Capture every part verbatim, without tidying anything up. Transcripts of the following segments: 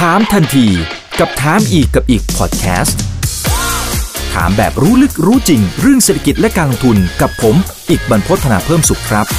ถามทันทีกับถามอีกกับอีกพอดแคสต์ถามแบบรู้ลึกรู้จริงเรื่องเศรษฐกิจและการลงทุนกับผมอีกบรรพต ธนาเพิ่มสุขครับ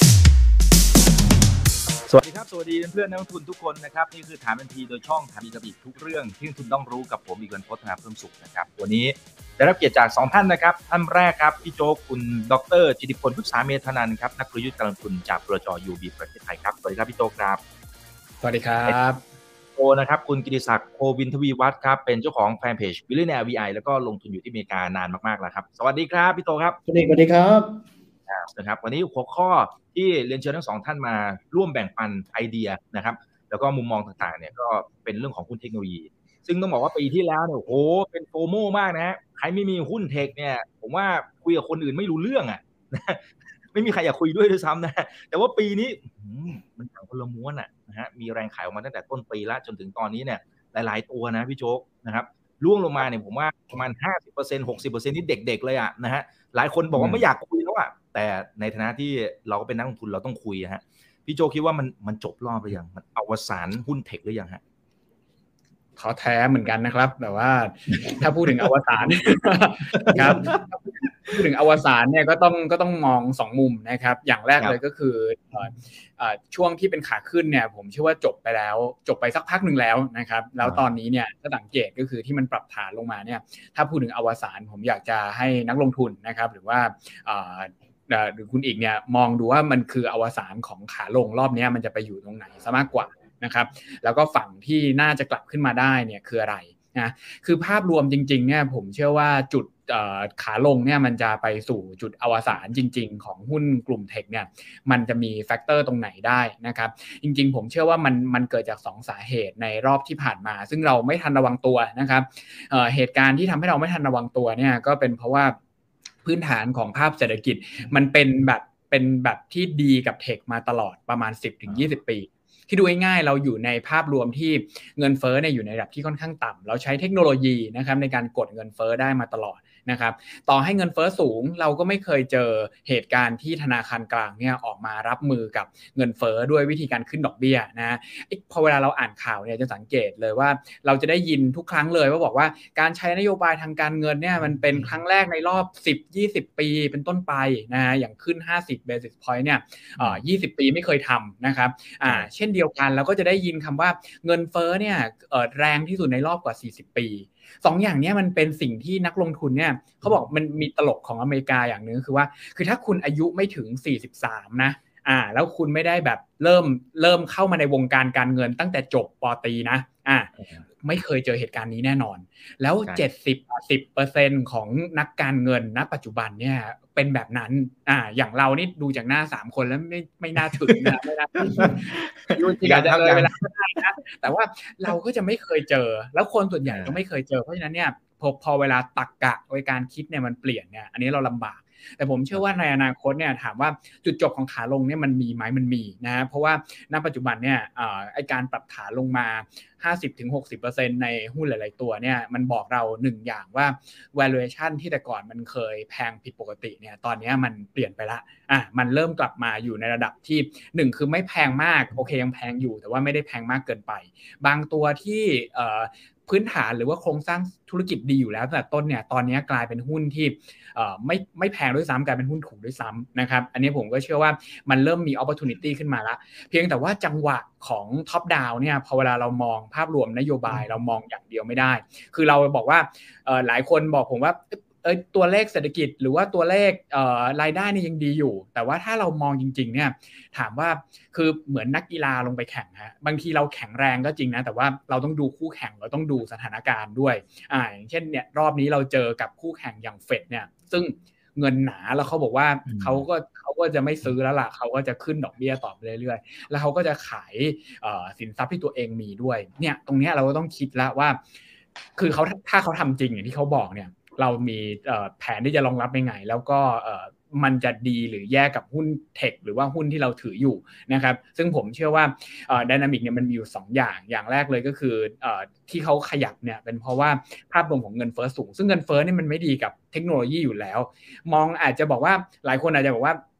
สวัสดีครับสวัสดีเพื่อนนักลงทุนทุกคนนะครับนี่คือถามทันทีโดยช่องถามอีกกับอีกทุกเรื่องที่นักลงทุนต้องรู้กับผมอีกบรรพต ธนาเพิ่มสุขนะครับวันนี้ได้รับเกียรติจากสองท่านนะครับท่านแรกครับพี่โจ๊กคุณดร.จิติพล พฤกษาเมธานันท์ครับนักกลยุทธ์การลงทุนจากบลจ. ยู บี ประเทศไทยครับสวัสดีครับพี่โจ๊กครับสวัสดีครับโอนะครับคุณกิติศักดิ์โควินทวีวัฒน์ครับเป็นเจ้าของแฟนเพจ Billionaire วี ไอ แล้วก็ลงทุนอยู่ที่อเมริกานานมากๆแล้วครับสวัสดีครับพี่โตครับสวัสดีสวัสดีครับนะครับวันนี้หัวข้อที่เรียนเชิญทั้งสองท่านมาร่วมแบ่งปันไอเดียนะครับแล้วก็มุมมองต่างๆเนี่ยก็เป็นเรื่องของหุ้นเทคโนโลยีซึ่งต้องบอกว่าปีที่แล้วเนี่ยโอ้โหเป็นโฟโมมากนะฮะใครไม่มีหุ้นเทคเนี่ยผมว่าคุยกับคนอื่นไม่รู้เรื่องอ่ะไม่มีใครอยากคุยด้วยด้วยซ้ำนะแต่ว่าปีนี้มันต่างคนละม้วนอ่ะนะฮะมีแรงขายออกมาตั้งแต่ต้นปีแล้วจนถึงตอนนี้เนี่ยหลายๆตัวนะพี่โจ๊กนะครับล่วงลงมาเนี่ยผมว่าประมาณ ห้าสิบเปอร์เซ็นต์ หกสิบเปอร์เซ็นต์ นี่เด็กๆเลยอ่ะนะฮะหลายคนบอกว่าไม่อยากคุยแล้วอ่ะแต่ในฐานะที่เราก็เป็นนักลงทุนเราต้องคุยฮะพี่โจคิดว่ามันมันจบรอบหรือยังมันอวสานหุ้นเทคหรือยังฮะท้อแท้เหมือนกันนะครับแต่ว่าถ้าพูดถึงอวสานครับพูดถึงอวสานเนี่ยก็ต้องก็ต้องมองสองมุมนะครับอย่างแรกเลยก็คือช่วงที่เป็นขาขึ้นเนี่ยผมเชื่อว่าจบไปแล้วจบไปสักพักนึงแล้วนะครับแล้วตอนนี้เนี่ยถ้าสังเกตก็คือที่มันปรับฐานลงมาเนี่ยถ้าพูดถึงอวสานผมอยากจะให้นักลงทุนนะครับหรือว่าหรือคุณอีกเนี่ยมองดูว่ามันคืออวสานของขาลงรอบนี้มันจะไปอยู่ตรงไหนซะมากกว่านะครับแล้วก็ฝั่งที่น่าจะกลับขึ้นมาได้เนี่ยคืออะไรนะคือภาพรวมจริงๆเนี่ยผมเชื่อว่าจุดขาลงเนี่ยมันจะไปสู่จุดอวสานจริงๆของหุ้นกลุ่มเทคเนี่ยมันจะมีแฟกเตอร์ตรงไหนได้นะครับจริงๆผมเชื่อว่ามันมันเกิดจากสองสาเหตุในรอบที่ผ่านมาซึ่งเราไม่ทันระวังตัวนะครับ เอ่อ เหตุการณ์ที่ทำให้เราไม่ทันระวังตัวเนี่ยก็เป็นเพราะว่าพื้นฐานของภาพเศรษฐกิจมันเป็นแบบเป็นแบบที่ดีกับเทคมาตลอดประมาณ สิบถึงยี่สิบ ปีที่ดูง่ายๆเราอยู่ในภาพรวมที่เงินเฟ้อเนี่ยอยู่ในระดับที่ค่อนข้างต่ำเราใช้เทคโนโลยีนะครับในการกดเงินเฟ้อได้มาตลอดนะครับต่อให้เงินเฟ้อสูงเราก็ไม่เคยเจอเหตุการณ์ที่ธนาคารกลางเนี่ยออกมารับมือกับเงินเฟ้อด้วยวิธีการขึ้นดอกเบี้ยนะพอเวลาเราอ่านข่าวเนี่ยจะสังเกตเลยว่าเราจะได้ยินทุกครั้งเลยว่าบอกว่าการใช้นโยบายทางการเงินเนี่ยมันเป็นครั้งแรกในรอบ สิบถึงยี่สิบ ปีเป็นต้นไปนะฮะอย่างขึ้นห้าสิบ basis point เนี่ยเอ่อยี่สิบปีไม่เคยทำนะครับอ่าเช่นเดียวกันเราก็จะได้ยินคำว่าเงินเฟ้อเนี่ยเอ่อแรงที่สุดในรอบกว่าสี่สิบปีสองอย่างนี้มันเป็นสิ่งที่นักลงทุนเนี่ยเขาบอกมันมีตลกของอเมริกาอย่างนึงคือว่าคือถ้าคุณอายุไม่ถึงสี่สิบสามนะอ่าแล้วคุณไม่ได้แบบเริ่มเริ่มเข้ามาในวงการการเงินตั้งแต่จบป.ตรีนะอ่าไม่เคยเจอเหตุการณ์นี้แน่นอนแล้ว เจ็ดสิบ สิบเปอร์เซ็นต์ ของนักการเงินณปัจจุบันเนี่ยเป็นแบบนั้นอ่าอย่างเรานี่ดูจากหน้าสามคนแล้วไม่ไม่น่าถึงนะไม่น่าอยู่ที่การเลยเวลานะแต่ว่าเราก็จะไม่เคยเจอแล้วคนส่วนใหญ่ก็ไม่เคยเจอเพราะฉะนั้นเนี่ยพอพอเวลาตรรกะในการคิดเนี่ยมันเปลี่ยนเนี่ยอันนี้เราลำบากแต่ผมเชื่อว่าในอนาคตเนี่ยถามว่าจุดจบของขาลงเนี่ยมันมีไหมมันมีนะเพราะว่าณปัจจุบันเนี่ยไอ้การปรับฐานลงมา ห้าสิบถึงหกสิบเปอร์เซ็นต์ ในหุ้นหลายๆตัวเนี่ยมันบอกเราหนึ่งอย่างว่า valuation ที่แต่ก่อนมันเคยแพงผิดปกติเนี่ยตอนนี้มันเปลี่ยนไปละอ่ะมันเริ่มกลับมาอยู่ในระดับที่หนึ่งคือไม่แพงมากโอเคยังแพงอยู่แต่ว่าไม่ได้แพงมากเกินไปบางตัวที่เอ่อพื้นฐานหรือว่าโครงสร้างธุรกิจดีอยู่แล้วตั้งแต่ต้นเนี่ยตอนนี้กลายเป็นหุ้นที่เอ่อไม่ไม่แพงด้วยซ้ำกลายเป็นหุ้นถูกด้วยซ้ำนะครับอันนี้ผมก็เชื่อว่ามันเริ่มมี opportunity ขึ้นมาละเพียงแต่ว่าจังหวะของ top down เนี่ยพอเวลาเรามองภาพรวมนโยบายเรามองอย่างเดียวไม่ได้คือเราบอกว่าเอ่อหลายคนบอกผมว่าเอ้ยตัวเลขเศรษฐกิจหรือว่าตัวเลขเอ่อรายได้นี่ยังดีอยู่แต่ว่าถ้าเรามองจริงๆเนี่ยถามว่าคือเหมือนนักกีฬาลงไปแข่งฮะบางทีเราแข็งแรงก็จริงนะแต่ว่าเราต้องดูคู่แข่งเราต้องดูสถานการณ์ด้วยอ่าอย่างเช่นเนี่ยรอบนี้เราเจอกับคู่แข่งอย่างเฟดเนี่ยซึ่งเงินหนาแล้วเขาบอกว่าเขาก็เขาก็จะไม่ซื้อแล้วล่ะเขาก็จะขึ้นดอกเบี้ยต่อไปเรื่อยๆแล้วเขาก็จะขายเอ่อสินทรัพย์ที่ตัวเองมีด้วยเนี่ยตรงนี้เราก็ต้องคิดแล้วว่าคือเขาถ้าเขาทำจริงอย่างที่เขาบอกเนี่ยเรามีแผนที่จะรองรับยังไงแล้วก็มันจะดีหรือแย่กับหุ้นเทคหรือว่าหุ้นที่เราถืออยู่นะครับซึ่งผมเชื่อว่าไดนามิกเนี่ยมันมีอยู่สองอย่างอย่างแรกเลยก็คือที่เขาขยับเนี่ยเป็นเพราะว่าภาพรวมของเงินเฟ้อสูงซึ่งเงินเฟ้อนี่มันไม่ดีกับเทคโนโลยีอยู่แล้วมองอาจจะบอกว่าหลายคนอาจจะบอกว่า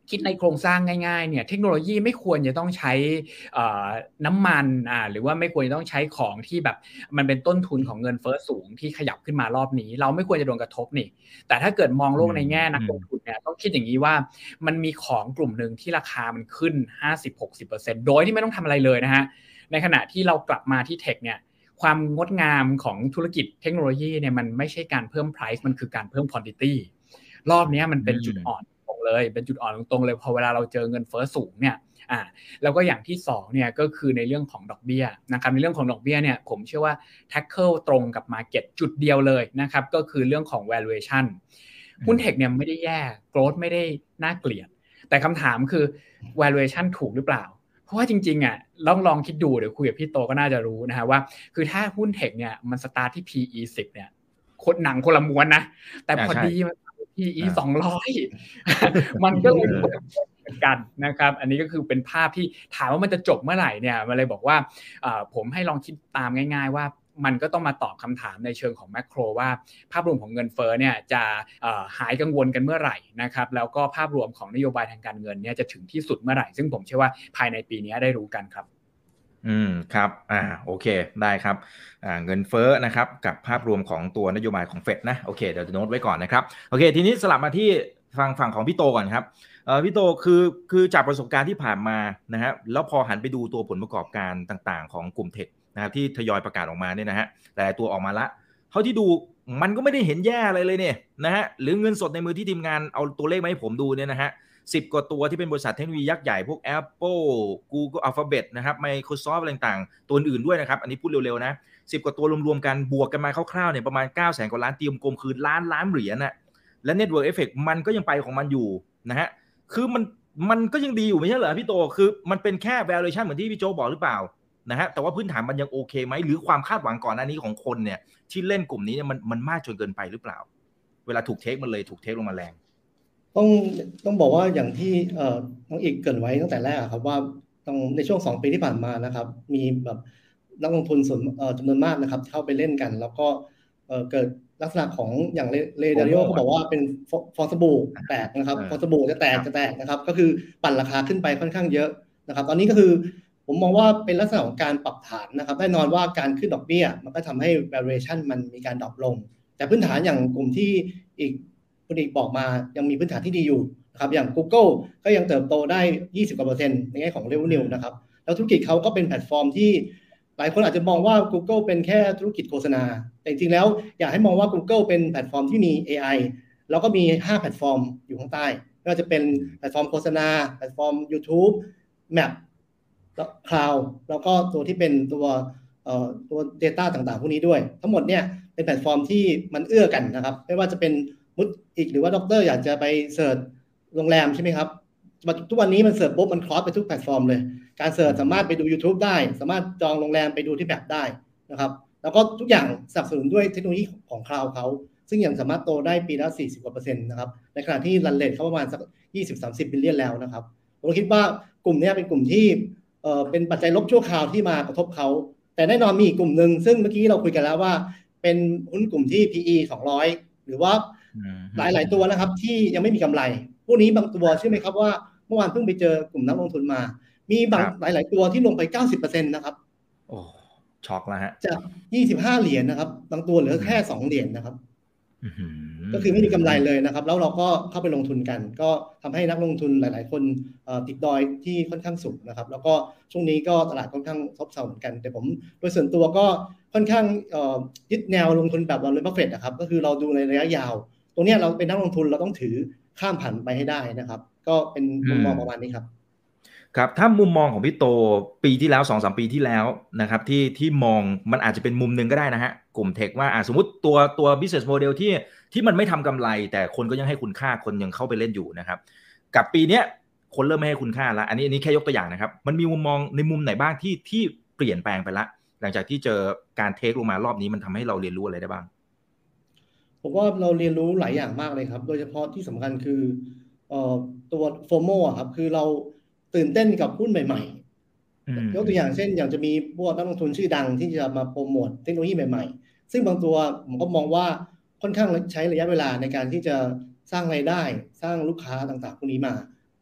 คิดในโครงสร้างง่ายๆเนี่ยเทคโนโลยีไม่ควรจะต้องใช้น้ำมันอ่าหรือว่าไม่ควรจะต้องใช้ของที่แบบมันเป็นต้นทุนของเงินเฟ้อสูงที่ขยับขึ้นมารอบนี้เราไม่ควรจะโดนกระทบนี่แต่ถ้าเกิดมองโลกในแง่นักลงทุนเนี่ยต้องคิดอย่างนี้ว่ามันมีของกลุ่มนึงที่ราคามันขึ้น ห้าสิบถึงหกสิบเปอร์เซ็นต์ โดยที่ไม่ต้องทำอะไรเลยนะฮะในขณะที่เรากลับมาที่เทคเนี่ยความงดงามของธุรกิจเทคโนโลยีเนี่ยมันไม่ใช่การเพิ่ม price มันคือการเพิ่ม quantity รอบนี้มันเป็นจุดอ่อนตรงเลยเป็นจุดอ่อนตรงๆเลยพอเวลาเราเจอเงินเฟ้อสูงเนี่ยอ่าแล้วก็อย่างที่สองเนี่ยก็คือในเรื่องของดอกเบี้ยนะครับในเรื่องของดอกเบี้ยเนี่ยผมเชื่อว่า tackle ตรงกับ market จุดเดียวเลยนะครับก็คือเรื่องของ valuation หุ้นเทคเนี่ยไม่ได้แย่ growth ไม่ได้น่าเกลียดแต่คำถามคือ valuation ถูกหรือเปล่าเพราะว่าจริงๆอ่ะลองลองคิดดูเดี๋ยวคุยกับพี่โตก็น่าจะรู้นะฮะว่าคือถ้าหุ้นเทคเนี่ยมันสตาร์ทที่ พี อี สิบเนี่ยคนหนังคนละม้วนนะแต่พอดีมัน พี อี สองร้อยมันก็เลยเหมือนกันนะครับอันนี้ก็คือเป็นภาพที่ถามว่ามันจะจบเมื่อไหร่เนี่ยมันเลยบอกว่าผมให้ลองคิดตามง่ายๆว่ามันก็ต้องมาตอบคำถามในเชิงของแมคโครว่าภาพรวมของเงินเฟ้อเนี่ยจะหายกังวลกันเมื่อไหร่นะครับแล้วก็ภาพรวมของนโยบายทางการเงินเนี่ยจะถึงที่สุดเมื่อไหร่ซึ่งผมเชื่อว่าภายในปีนี้ได้รู้กันครับอืมครับอ่าโอเคได้ครับอ่าเงินเฟ้อนะครับกับภาพรวมของตัวนโยบายของเฟดนะโอเคเดี๋ยวจะโน้ตไว้ก่อนนะครับโอเคทีนี้สลับมาที่ฝั่งฝั่งของพี่โตก่อนครับเอ่อพี่โตคือคือจากประสบการณ์ที่ผ่านมานะฮะแล้วพอหันไปดูตัวผลประกอบการต่างๆของกลุ่มเทคนะครับที่ทยอยประกาศออกมาเนี่ยนะฮะแต่ตัวออกมาละเท่าที่ดูมันก็ไม่ได้เห็นแย่อะไรเลยเนี่ยนะฮะหรือเงินสดในมือที่ทีมงานเอาตัวเลขมาให้ผมดูเนี่ยนะฮะสิบกว่าตัวที่เป็นบริษัทเทคโนโลยียักษ์ใหญ่พวก Apple Google Alphabet นะครับ Microsoft อะไรต่างๆตัวอื่นด้วยนะครับอันนี้พูดเร็วๆนะสิบกว่าตัวรวมๆกันบวกกันมาคร่าวๆเนี่ยประมาณ เก้าแสน กว่าล้านตีกลมๆคือล้านล้านเหรียญน่ะและ Network Effect มันก็ยังไปของมันอยู่นะฮะคือมันมันก็ยังดีอยู่ไม่ใช่เหรอพี่โตคือมันเป็นแค่ valuation เหมือนที่พี่โจบอกหรือเปล่านะฮะแต่ว่าพื้นฐานมันยังโอเคไหมหรือความคาดหวังก่อนหน้านี้ของคนเนี่ยที่เล่นกลุ่มนี้เนี่ยมันมันมากจนเกินไปหรือเปล่าเวลาถูกเทคมันเลยถูกเทคลงมาแรงต้องต้องบอกว่าอย่างที่เอ่อน้องอีกเกริ่นไว้ตั้งแต่แรกครับว่าต้องในช่วงสองปีที่ผ่านมานะครับมีแบบนักลงทุนส่วนเอ่อจำนวนมากนะครับเข้าไปเล่นกันแล้วก็เอ่อเกิดลักษณะของอย่างเรเดริโอเขาบอกว่าเป็นฟองสบู่แตกนะครับฟองสบู่จะแตกจะแตกนะครับก็คือปั่นราคาขึ้นไปค่อนข้างเยอะนะครับตอนนี้ก็คือผมมองว่าเป็นลักษณะของการปรับฐานนะครับแน่นอนว่าการขึ้นดอกเบี้ยมันก็ทำให้ valuation มันมีการดรอปลงแต่พื้นฐานอย่างกลุ่มที่อีกคุณอีกบอกมายังมีพื้นฐานที่ดีอยู่นะครับอย่าง Google ก็ยังเติบโตได้ยี่สิบกว่าเปอร์เซ็นต์ในแง่ของ revenue นะครับแล้วธุรกิจเขาก็เป็นแพลตฟอร์มที่หลายคนอาจจะมองว่า Google เป็นแค่ธุรกิจโฆษณาแต่จริงๆแล้วอยากให้มองว่า Google เป็นแพลตฟอร์มที่มี เอ ไอ แล้วก็มีห้าแพลตฟอร์มอยู่ข้างใต้ไม่ว่าจะเป็นแพลตฟอร์มโฆษณาแพลตฟอร์ม YouTube Map แล้ว Cloud แล้วก็ตัวที่เป็นตัวเอ่อตัว data ต่างๆพวกนี้ด้วยทั้งหมดเนี่ยเป็นแพลตฟอร์มที่มันเอื้อกันนะครับไม่ว่าจะเป็นมุดอีกหรือว่าด็อกเตอร์อยากจะไปเสิร์ชโรงแรมใช่ไหมครับทุกวันนี้มันเสิร์ชปุ๊บมันครอสไปทุกแพลตฟอร์มเลยการเสิร์ชสามารถไปดู YouTube ได้สามารถจองโรงแรมไปดูที่แบบได้นะครับแล้วก็ทุกอย่างสนับสนุนด้วยเทคโนโลยีของคลาวด์เขาซึ่งยังสามารถโตได้ปีละสี่สิบกว่าเปอร์เซ็นต์นะครับในขณะที่รันเรทเขาประมาณสัก ยี่สิบถึงสามสิบ บิลเลียนแล้วนะครับผมคิดว่ากลุ่มนี้เป็นกลุ่มที่เอ่อเป็นปัจจัยลบชั่วคราวที่มากระทบเขาแต่แน่นอนมีอีกกลุ่มนึงซึ่งเมื่อกี้เราคุยกันแล้วว่าเป็นหุ้นกลุ่มที่ พี อี สองร้อยหรือว่าหลายๆตัวนะครับที่ยังไม่มีกำไรพวกนี้บางตัวเชื่อไหมครับว่าเมื่อวานเพิ่งไปเจอกลุ่มนักลงทุนมามีบางหลายๆตัวที่ลงไป เก้าสิบเปอร์เซ็นต์ นะครับโอ้ช็อกแล้วฮะจากยี่สิบห้าเหรียญนะครับบางตัวเหลือแค่สองเหรียญนะครับก็คือไม่มีกำไรเลยนะครับแล้วเราก็เข้าไปลงทุนกันก็ทำให้นักลงทุนหลายๆคนติดดอยที่ค่อนข้างสูงนะครับแล้วก็ช่วงนี้ก็ตลาดค่อนข้างซบเซาเหมือนกันแต่ผมโดยส่วนตัวก็ค่อนข้างยึดแนวลงทุนแบบวอร์เรน บัฟเฟตต์นะครับก็คือเราดูในระยะยาวตรงนี้เราเป็นนักลงทุนเราต้องถือข้ามผ่านไปให้ได้นะครับก็เป็นมุมมองประมาณนี้ครับครับถ้ามุมมองของพี่โตปีที่แล้ว สองถึงสาม ปีที่แล้วนะครับที่ที่มองมันอาจจะเป็นมุมนึงก็ได้นะฮะกลุ่มเทคว่าสมมุติตัวตัว business model ที่ที่มันไม่ทำกำไรแต่คนก็ยังให้คุณค่าคนยังเข้าไปเล่นอยู่นะครับกับปีนี้คนเริ่มไม่ให้คุณค่าแล้วอันนี้อันนี้แค่ยกตัวอย่างนะครับมันมีมุมมองในมุมไหนบ้างที่ที่เปลี่ยนแปลงไปละหลังจากที่เจอการเทคลงมารอบนี้มันทำให้เราเรียนรู้อะไรได้บ้างผมว่าเราเรียนรู้หลายอย่างมากเลยครับโดยเฉพาะที่สำคัญคือเอ่อตัว โฟโม อ่ะครับคือเราตื่นเต้นกับหุ้นใหม่ๆยกตัวอย่างเช่นอย่างจะมีพวกนักลงทุนชื่อดังที่จะมาโปรโมทเทคโนโลยีใหม่ๆซึ่งบางตัวผมก็มองว่าค่อนข้างใช้ระยะเวลาในการที่จะสร้างรายได้สร้างลูกค้าต่างๆพวกนี้มา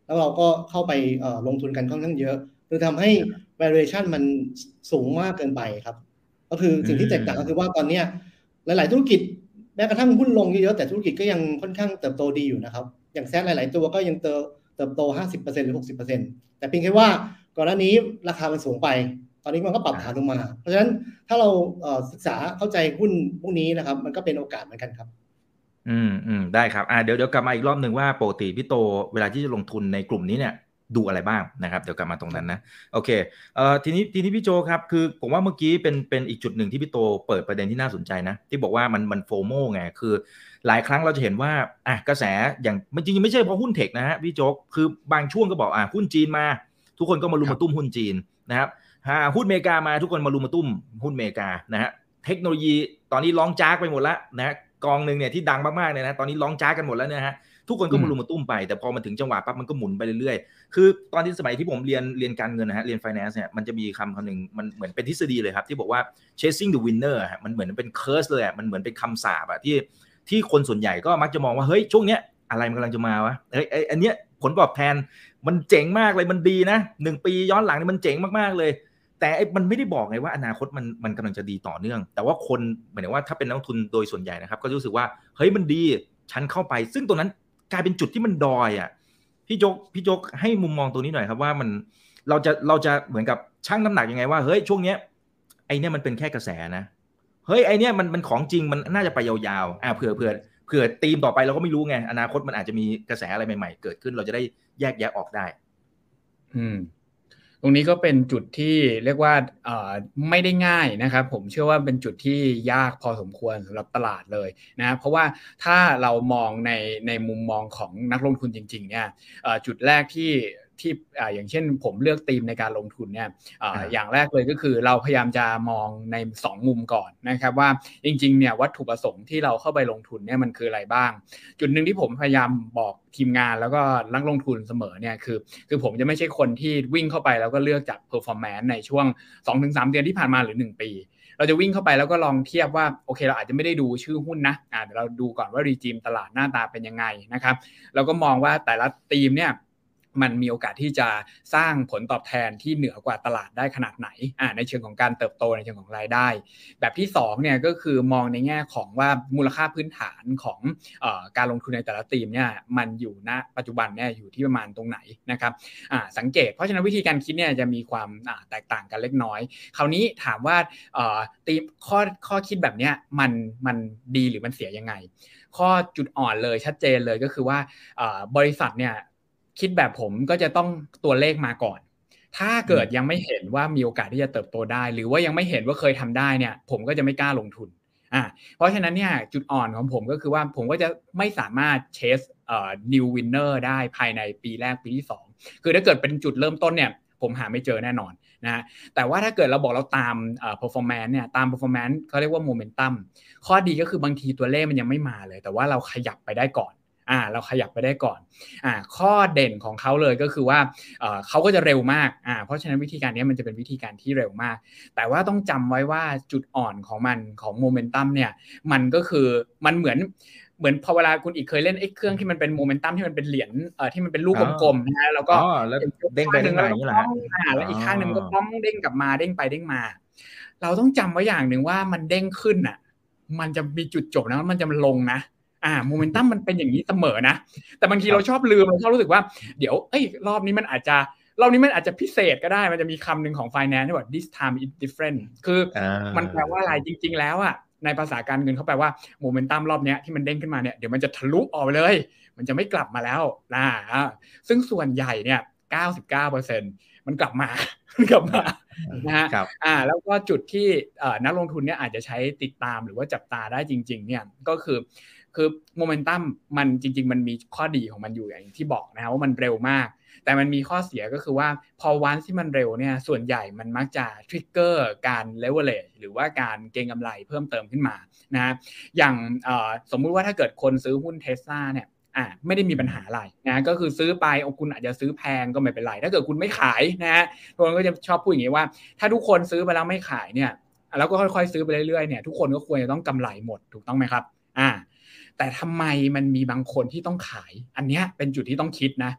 แล้วเราก็เข้าไปลงทุนกันค่อนข้างเยอะคือทำให้ valuation มันสูงมากเกินไปครับก็คือสิ่งที่แตกต่างก็คือว่าตอนนี้หลายๆธุรกิจแม้กระทั่งหุ้นลงเยอะๆแต่ธุรกิจก็ยังค่อนข้างเติบโตดีอยู่นะครับอย่างแซดหลายๆตัวก็ยังเติบเติบโต ห้าสิบเปอร์เซ็นต์ หรือ หกสิบเปอร์เซ็นต์ แต่เพียงแค่ว่าก่อนหน้านี้ราคามันสูงไปตอนนี้มันก็ปรับฐานลงมาเพราะฉะนั้นถ้าเราศึกษาเข้าใจหุ้นพวกนี้นะครับมันก็เป็นโอกาสเหมือนกันครับอืมอืมได้ครับอ่าเดี๋ยวเดี๋ยวกลับมาอีกรอบหนึ่งว่าปกติพี่โตเวลาที่จะลงทุนในกลุ่มนี้เนี่ยดูอะไรบ้างนะครับเดี๋ยวกลับมาตรงนั้นนะโอเคเอ่อทีนี้ทีนี้พี่โจครับคือผมว่าเมื่อกี้เป็นเป็นอีกจุดหนึ่งที่พี่โตเปิดประเด็นที่น่าสนใจนะที่บอกว่ามันมันโฟโมไงคือหลายครั้งเราจะเห็นว่าอ่ะกระแสอย่างมันจริงๆไม่ใช่เพราะหุ้นเทคนะฮะพี่โจคือบางช่วงก็บอกอ่ะหุ้นจีนมาทุกคนก็มารุมมาตุ้มหุ้นจีนนะครับอ่าหุ้นอเมริกามาทุกคนมารุมมาตุ้มหุ้นอเมริกานะฮะเทคโนโลยีตอนนี้ร้องจากไปหมดแล้วนะกองหนึ่งเนี่ยที่ดังมากๆเลยนะตอนนี้ร้องจ้ากันหมดแล้วเนี่ยฮะทุกคนก็มารุมมาตุ้มไปแต่พอมันถึงจังหวะปั๊บมันก็หมุนไปเรื่อยๆคือตอนที่สมัยที่ผมเรียนเรียนการเงินนะฮะเรียน finance เนี่ยมันจะมีคำคำหนึ่งมันเหมือนเป็นทฤษฎีเลยครับที่บอกว่า chasing the winner ฮะมันเหมือนเป็น curse เลยอ่ะมันเหมือนเป็นคำสาปอ่ะที่ที่คนส่วนใหญ่ก็มักจะมองว่าเฮ้ยช่วงเนี้ยอะไรมันกำลังจะมาวะเฮ้ยไอ้อันเนี้ยผลตอบแทนมันเจ๋งมากเลยมันดีนะหนึ่งปีย้อนหลังนี่มันเจ๋งมากๆเลยแต่มันไม่ได้บอกไงว่าอนาคตมันมันกำลังจะดีต่อเนื่องแต่ว่าคนหมายถึงว่าถ้าเป็นนักลงทุนโดยส่วนใหญ่นะครับก็รู้สึกว่าเฮ้ยมันดีฉันเข้าไปซึ่งตรงนั้นกลายเป็นจุดที่มันดอยอ่ะพี่โจ๊กพี่โจ๊กให้มุมมองตรงนี้หน่อยครับว่ามันเราจะเราจะเหมือนกับชั่งน้ำหนักยังไงว่าเฮ้ยช่วงเนี้ยไอเนี้ยมันเป็นแค่กระแสนะเฮ้ยไอเนี้ยมันมันของจริงมันน่าจะไปยาวๆอ่าเผื่อเผื่อเผื่อธีมต่อไปเราก็ไม่รู้ไงอนาคตมันอาจจะมีกระแสอะไรใหม่ๆเกิดขึ้นเราจะได้แยกแยะออกได้อืมตรงนี้ก็เป็นจุดที่เรียกว่าไม่ได้ง่ายนะครับผมเชื่อว่าเป็นจุดที่ยากพอสมควรสำหรับตลาดเลยนะเพราะว่าถ้าเรามองในในมุมมองของนักลงทุนจริงๆเนี่ยจุดแรกที่ที่อ่าอย่างเช่นผมเลือกธีมในการลงทุนเนี่ยอ่าอย่างแรกเลยก็คือเราพยายามจะมองในสองมุมก่อนนะครับว่าจริงๆเนี่ยวัตถุประสงค์ที่เราเข้าไปลงทุนเนี่ยมันคืออะไรบ้างจุดนึงที่ผมพยายามบอกทีมงานแล้วก็นักลงทุนเสมอเนี่ยคือคือผมจะไม่ใช่คนที่วิ่งเข้าไปแล้วก็เลือกจาก performance ในช่วง สองถึงสาม เดือนที่ผ่านมาหรือหนึ่งปีเราจะวิ่งเข้าไปแล้วก็ลองเทียบว่าโอเคเราอาจจะไม่ได้ดูชื่อหุ้นนะอ่าเดี๋ยวเราดูก่อนว่ารีจิมตลาดหน้าตาเป็นยังไงนะครับแล้วก็มองว่าแต่ละธีมเนี่ยมันมีโอกาสที่จะสร้างผลตอบแทนที่เหนือกว่าตลาดได้ขนาดไหนอ่าในเชิงของการเติบโตในเชิงของรายได้แบบที่สองเนี่ยก็คือมองในแง่ของว่ามูลค่าพื้นฐานของเอ่อการลงทุนในแต่ละธีมเนี่ยมันอยู่ณปัจจุบันเนี่ยอยู่ที่ประมาณตรงไหนนะครับอ่าสังเกตเพราะฉะนั้นวิธีการคิดเนี่ยจะมีความอ่าแตกต่างกันเล็กน้อยคราวนี้ถามว่าเอ่อธีมข้อข้อคิดแบบเนี้ยมันมันดีหรือมันเสียยังไงข้อจุดอ่อนเลยชัดเจนเลยก็คือว่าเอ่อบริษัทเนี่ยคิดแบบผมก็จะต้องตัวเลขมาก่อนถ้าเกิดยังไม่เห็นว่ามีโอกาสที่จะเติบโตได้หรือว่ายังไม่เห็นว่าเคยทำได้เนี่ยผมก็จะไม่กล้าลงทุนอ่าเพราะฉะนั้นเนี่ยจุดอ่อนของผมก็คือว่าผมก็จะไม่สามารถเชสเอ่อ new winner ได้ภายในปีแรกปีที่สองคือถ้าเกิดเป็นจุดเริ่มต้นเนี่ยผมหาไม่เจอแน่นอนนะแต่ว่าถ้าเกิดเราบอกเราตามเอ่อ performance เนี่ยตาม performance เขาเรียกว่า momentum ข้อดีก็คือบางทีตัวเลขมันยังไม่มาเลยแต่ว่าเราขยับไปได้ก่อนอ่าเราขยับไปได้ก่อนอ่าข้อเด่นของเขาเลยก็คือว่าเอ่อเขาก็จะเร็วมากอ่าเพราะฉะนั้นวิธีการนี้มันจะเป็นวิธีการที่เร็วมากแต่ว่าต้องจำไว้ว่าจุดอ่อนของมันของโมเมนตัมเนี่ยมันก็คือมันเหมือนเหมือนพอเวลาคุณอีกเคยเล่นไอ้เครื่องที่มันเป็นโมเมนตัมที่มันเป็นเหรียญเอ่อที่มันเป็นลูกกลมๆนะฮะแล้วก็เด้งไปเด้งมาอย่างนี้แหละอ่าแล้วอีกข้างนึงก็ป้องเด้งกลับมาเด้งไปเด้งมาเราต้องจำไว้อย่างนึงว่ามันเด้งขึ้นน่ะมันจะมีจุดจบนะมันจะลงนะอ่าโมเมนตัมมันเป็นอย่างนี้เสมอนะแต่บางทีเราชอบลืมเราชอบรู้สึกว่าเดี๋ยวเอ้ยรอบนี้มันอาจจะรอบนี้มันอาจจะพิเศษก็ได้มันจะมีคำหนึ่งของ finance ที่บอก this time is different คือมันแปลว่าอะไรจริงๆแล้วอ่ะในภาษาการเงินเขาแปลว่าโมเมนตัมรอบนี้ที่มันเด้งขึ้นมาเนี่ยเดี๋ยวมันจะทะลุออกไปเลยมันจะไม่กลับมาแล้วนะซึ่งส่วนใหญ่เนี่ย เก้าสิบเก้าเปอร์เซ็นต์ มันกลับมามันกลับมานะฮะอ่าแล้วก็จุดที่เอ่อนักลงทุนเนี่ยอาจจะใช้ติดตามหรือว่าจับตาได้จริงๆเนี่ยก็คือคือโมเมนตัมมันจริงๆมันมีข้อดีของมันอยู่อย่างที่บอกนะครับว่ามันเร็วมากแต่มันมีข้อเสียก็คือว่าพอวันที่มันเร็วเนี่ยส่วนใหญ่มันมักจะทริกเกอร์การเลเวอเรจหรือว่าการเก็งกำไรเพิ่มเติมขึ้นมานะอย่างเอ่อสมมุติว่าถ้าเกิดคนซื้อหุ้น Tesla เนี่ยอ่ะไม่ได้มีปัญหาอะไรนะก็คือซื้อไปคุณอาจจะซื้อแพงก็ไม่เป็นไรถ้าเกิดคุณไม่ขายนะฮะคนก็จะชอบพูดอย่างนี้ว่าถ้าทุกคนซื้อไปแล้วไม่ขายเนี่ยแล้วก็ค่อยๆซื้อไปเรื่อยๆเนี่ยทุกคนก็ควรจะต้องกำไรหมดถูกต้องไหมครับอ่าแต่ทำไมมันมีบางคนที่ต้องขายอันเนี้ยเป็นจุดที่ต้องคิดนะ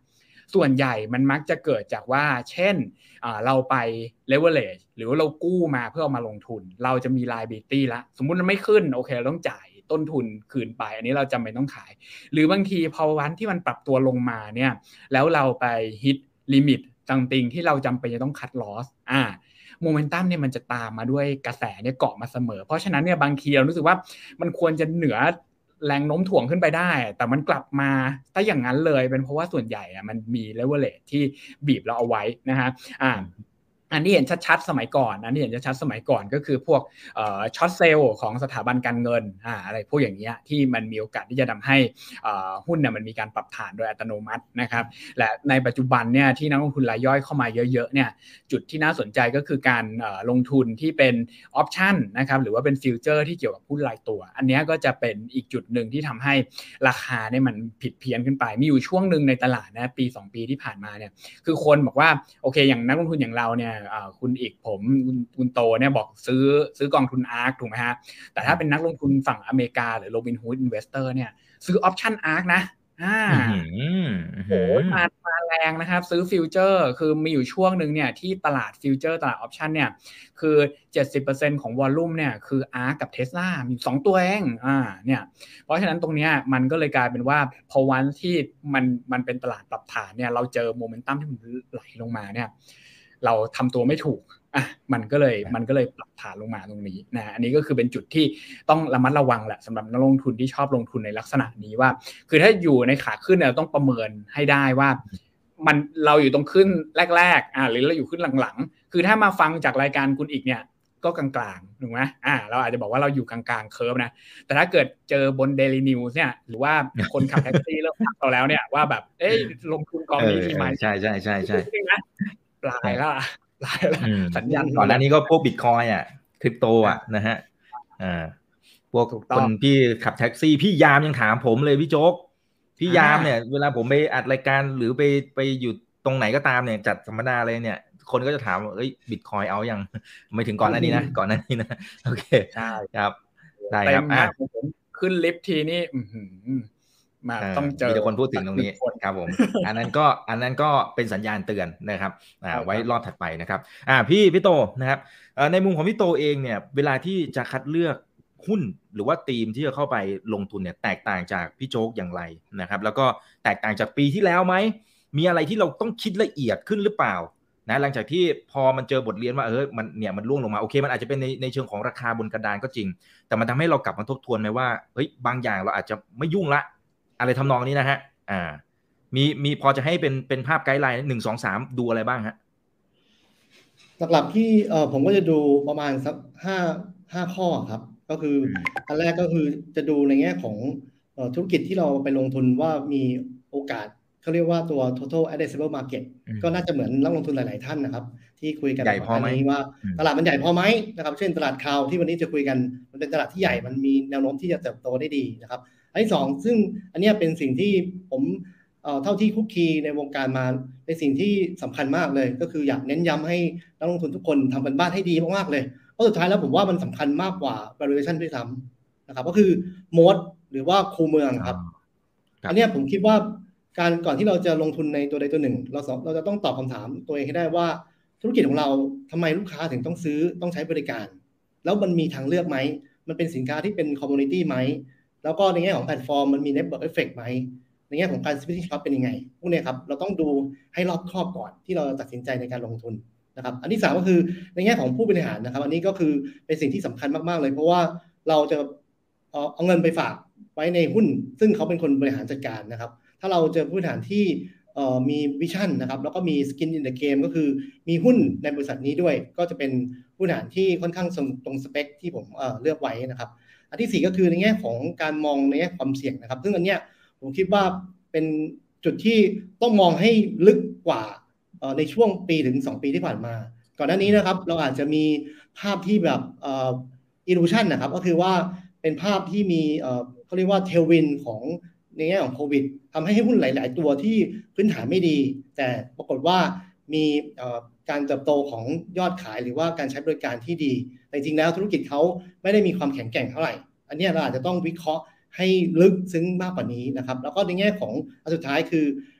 ส่วนใหญ่มันมักจะเกิดจากว่าเช่นเราไป leverage หรือว่าเรากู้มาเพื่อเอามาลงทุนเราจะมี liability ละสมมุติมันไม่ขึ้นโอเคเราต้องจ่ายต้นทุนคืนไปอันนี้เราจำเป็นต้องขายหรือบางทีพอวันที่มันปรับตัวลงมาเนี่ยแล้วเราไป hit limit ต่างๆที่เราจำเป็นจะต้อง cut loss อ่าโมเมนตัมเนี่ยมันจะตามมาด้วยกระแสเนี่ยเกาะมาเสมอเพราะฉะนั้นเนี่ยบางทีเรารู้สึกว่ามันควรจะเหนือแรงโน้มถ่วงขึ้นไปได้แต่มันกลับมาถ้าอย่างนั้นเลยเป็นเพราะว่าส่วนใหญ่อะมันมี leverage ที่บีบเราเอาไว้นะฮะอ่าอันนี้เห็นชัดๆสมัยก่อนอันนี้เห็นชัดๆสมัยก่อนก็คือพวกเอ่อช็อตเซลล์ของสถาบันการเงินอ่าอะไรพวกอย่างเงี้ยที่มันมีโอกาสที่จะทำให้อ่าหุ้นเนี่ยมันมีการปรับฐานโดยอัตโนมัตินะครับและในปัจจุบันเนี่ยที่นักลงทุนรายย่อยเข้ามาเยอะๆเนี่ยจุดที่น่าสนใจก็คือการเอ่อลงทุนที่เป็นออปชั่นนะครับหรือว่าเป็นฟิวเจอร์ที่เกี่ยวกับหุ้นรายตัวอันนี้ก็จะเป็นอีกจุดนึงที่ทำให้ราคาเนี่ยมันผิดเพี้ยนขึ้นไปมีอยู่ช่วงนึงในตลาดนะปีสองปีที่ผ่านมาเนี่ยคือคนบอกว่าโอเคอย่างนักลงทุนอย่างเราเนี่ยคุณอีกผมคุณโตเนี่ยบอกซื้อซื้อกองทุน อาร์ ซี ถูกไหมฮะแต่ถ้าเป็นนักลงทุนฝั่งอเมริกาหรือ Robinhood Investor เนี่ยซื้อ Option อาร์ ซี นะอ่าโหมามาแรงนะครับซื้อฟิวเจอร์คือมีอยู่ช่วงนึงเนี่ยที่ตลาดฟิวเจอร์ตลาด Option เนี่ยคือ เจ็ดสิบเปอร์เซ็นต์ ของวอลลุ่มเนี่ยคือ อาร์ ซี กับ Tesla มีสองตัวเองอ่าเนี่ยเพราะฉะนั้นตรงเนี้ยมันก็เลยกลายเป็นว่าพอวันที่มันมันเป็นตลาดปรับฐานเนี่ยเราเจอโมเมนตัมที่มันไหลลงมาเนี่ยเราทำตัวไม่ถูกอ่ะมันก็เลยมันก็เลยปรับฐานลงมาตรงนี้นะอันนี้ก็คือเป็นจุดที่ต้องระมัดระวังแหละสำหรับนักลงทุนที่ชอบลงทุนในลักษณะนี้ว่าคือถ้าอยู่ในขาขึ้นเนี่ยต้องประเมินให้ได้ว่ามันเราอยู่ตรงขึ้นแรกๆอ่ะหรือเราอยู่ขึ้นหลังๆคือถ้ามาฟังจากรายการคุณอีกเนี่ยก็กลางๆถูกไหมอ่าเราอาจจะบอกว่าเราอยู่กลางๆเคิร์ฟนะแต่ถ้าเกิดเจอบน Daily News เนี่ยหรือว่าคนขับแท็กซี่เริ่มทักเราแล้วเนี่ยว่าแบบเอ้ยลงทุนกองนี้ดีไหมใช่ใช่ใช่ใช่ปลายแล้วปลายแล้วสัญญาณก่อนหน้านี้ก็พวกบิตคอยอ่ะคริปโตอ่ะนะฮะอ่าพวกคนพี่ขับแท็กซี่พี่ยามยังถามผมเลยพี่โจ๊กพี่ยามเนี่ยเวลาผมไปอัดรายการหรือไปไปอยู่ตรงไหนก็ตามเนี่ยจัดสัมมนาเลยเนี่ยคนก็จะถามว่าเอ้ยบิตคอยเอายังไม่ถึงก่อนหน้านี้นะก่อนหน้านี้นะโอเคใช่ครับได้ครับอ่ะขึ้นลิฟต์ทีนี่มาต้องเจอมีแต่คนพูดถึงตรงนี้ครับผมอันนั้นก็อันนั้นก็เป็นสัญญาณเตือนนะครับอ่าไว้รอบถัดไปนะครับอ่าพี่พี่โตนะครับในมุมของพี่โตเองเนี่ยเวลาที่จะคัดเลือกหุ้นหรือว่าทีมที่จะเข้าไปลงทุนเนี่ยแตกต่างจากพี่โจ๊กอย่างไรนะครับแล้วก็แตกต่างจากปีที่แล้วไหมมีอะไรที่เราต้องคิดละเอียดขึ้นหรือเปล่านะหลังจากที่พอมันเจอบทเรียนว่าเออมันเนี่ยมันร่วงลงมาโอเคมันอาจจะเป็นในในเชิงของราคาบนกระดานก็จริงแต่มันทำให้เรากลับมาทบทวนไหมว่าเฮ้ยบางอย่างเราอาจจะไม่ยุ่งละอะไรทำนองนี้นะฮะอ่ามีมีพอจะให้เป็นเป็นภาพไกด์ไลน์หนึ่งสองสามดูอะไรบ้างฮะหลักๆที่เอ่อผมก็จะดูประมาณสักห้าห้าข้อครับก็คืออันแรกก็คือจะดูในแง่ของเอ่อธุรกิจที่เราไปลงทุนว่ามีโอกาสเขาเรียกว่าตัว total addressable market ก็น่าจะเหมือนนักลงทุนหลายๆท่านนะครับที่คุยกันในวันนี้ว่าตลาดมันใหญ่พอไหมนะครับเช่นตลาดคลาวด์ที่วันนี้จะคุยกันมันเป็นตลาดที่ใหญ่มันมีแนวโน้มที่จะเติบโตได้ดีนะครับอันที่สองซึ่งอันนี้เป็นสิ่งที่ผมเอ่อเท่าที่คุกคีในวงการมาเป็นสิ่งที่สำคัญมากเลยก็คืออยากเน้นย้ำให้นักลงทุนทุกคนทำกันบ้านให้ดีมากๆเลยเพราะสุดท้ายแล้วผมว่ามันสำคัญมากกว่า valuation ด้วยซ้ำนะครับก็คือ mode หรือว่าคูเมืองครับอันนี้ผมคิดว่าการก่อนที่เราจะลงทุนในตัวใดตัวหนึ่งเราเราจะต้องตอบคำถามตัวเองให้ได้ว่าธุรกิจของเราทำไมลูกค้าถึงต้องซื้อต้องใช้บริการแล้วมันมีทางเลือกไหมมันเป็นสินค้าที่เป็น community ไหมแล้วก็ในแง่ของแพลตฟอร์มมันมี network effect ไหมในแง่ของการ splitting cost เป็นยังไงพวกนี้ครับเราต้องดูให้รอบคอบก่อนที่เราตัดสินใจในการลงทุนนะครับอันที่สามก็คือในแง่ของผู้บริหารนะครับอันนี้ก็คือเป็นสิ่งที่สำคัญมากๆเลยเพราะว่าเราจะเอาเงินไปฝากไว้ในหุ้นซึ่งเขาเป็นคนบริหารจัดการนะครับถ้าเราเจอผู้บริหารที่มีวิชั่นนะครับแล้วก็มี skin in the game ก็คือมีหุ้นในบริษัทนี้ด้วยก็จะเป็นผู้บริหารที่ค่อนข้างตรงสเปคที่ผมเลือกไว้นะครับอันที่สี่ก็คือในแง่ของการมองในแง่ความเสี่ยงนะครับซึ่งอันเนี้ยผมคิดว่าเป็นจุดที่ต้องมองให้ลึกกว่าในช่วงปีถึงสองปีที่ผ่านมาก่อนหน้านี้นะครับเราอาจจะมีภาพที่แบบเอ่อ illusion นะครับก็คือว่าเป็นภาพที่มีเอ่อเขาเรียกว่า tailwind ของในแง่ของโควิดทำให้หุ้นหลายๆตัวที่พื้นฐานไม่ดีแต่ปรากฏว่ามีเอ่อการเติบโตของยอดขายหรือว่าการใช้บริการที่ดีแต่จริงๆแล้วธุรกิจเขาไม่ได้มีความแข็งแกร่งเท่าไหร่อันนี้เราอาจจะต้องวิเคราะห์ให้ลึกซึ้งมากกว่านี้นะครับแล้วก็ในแง่ของอันสุดท้ายคือ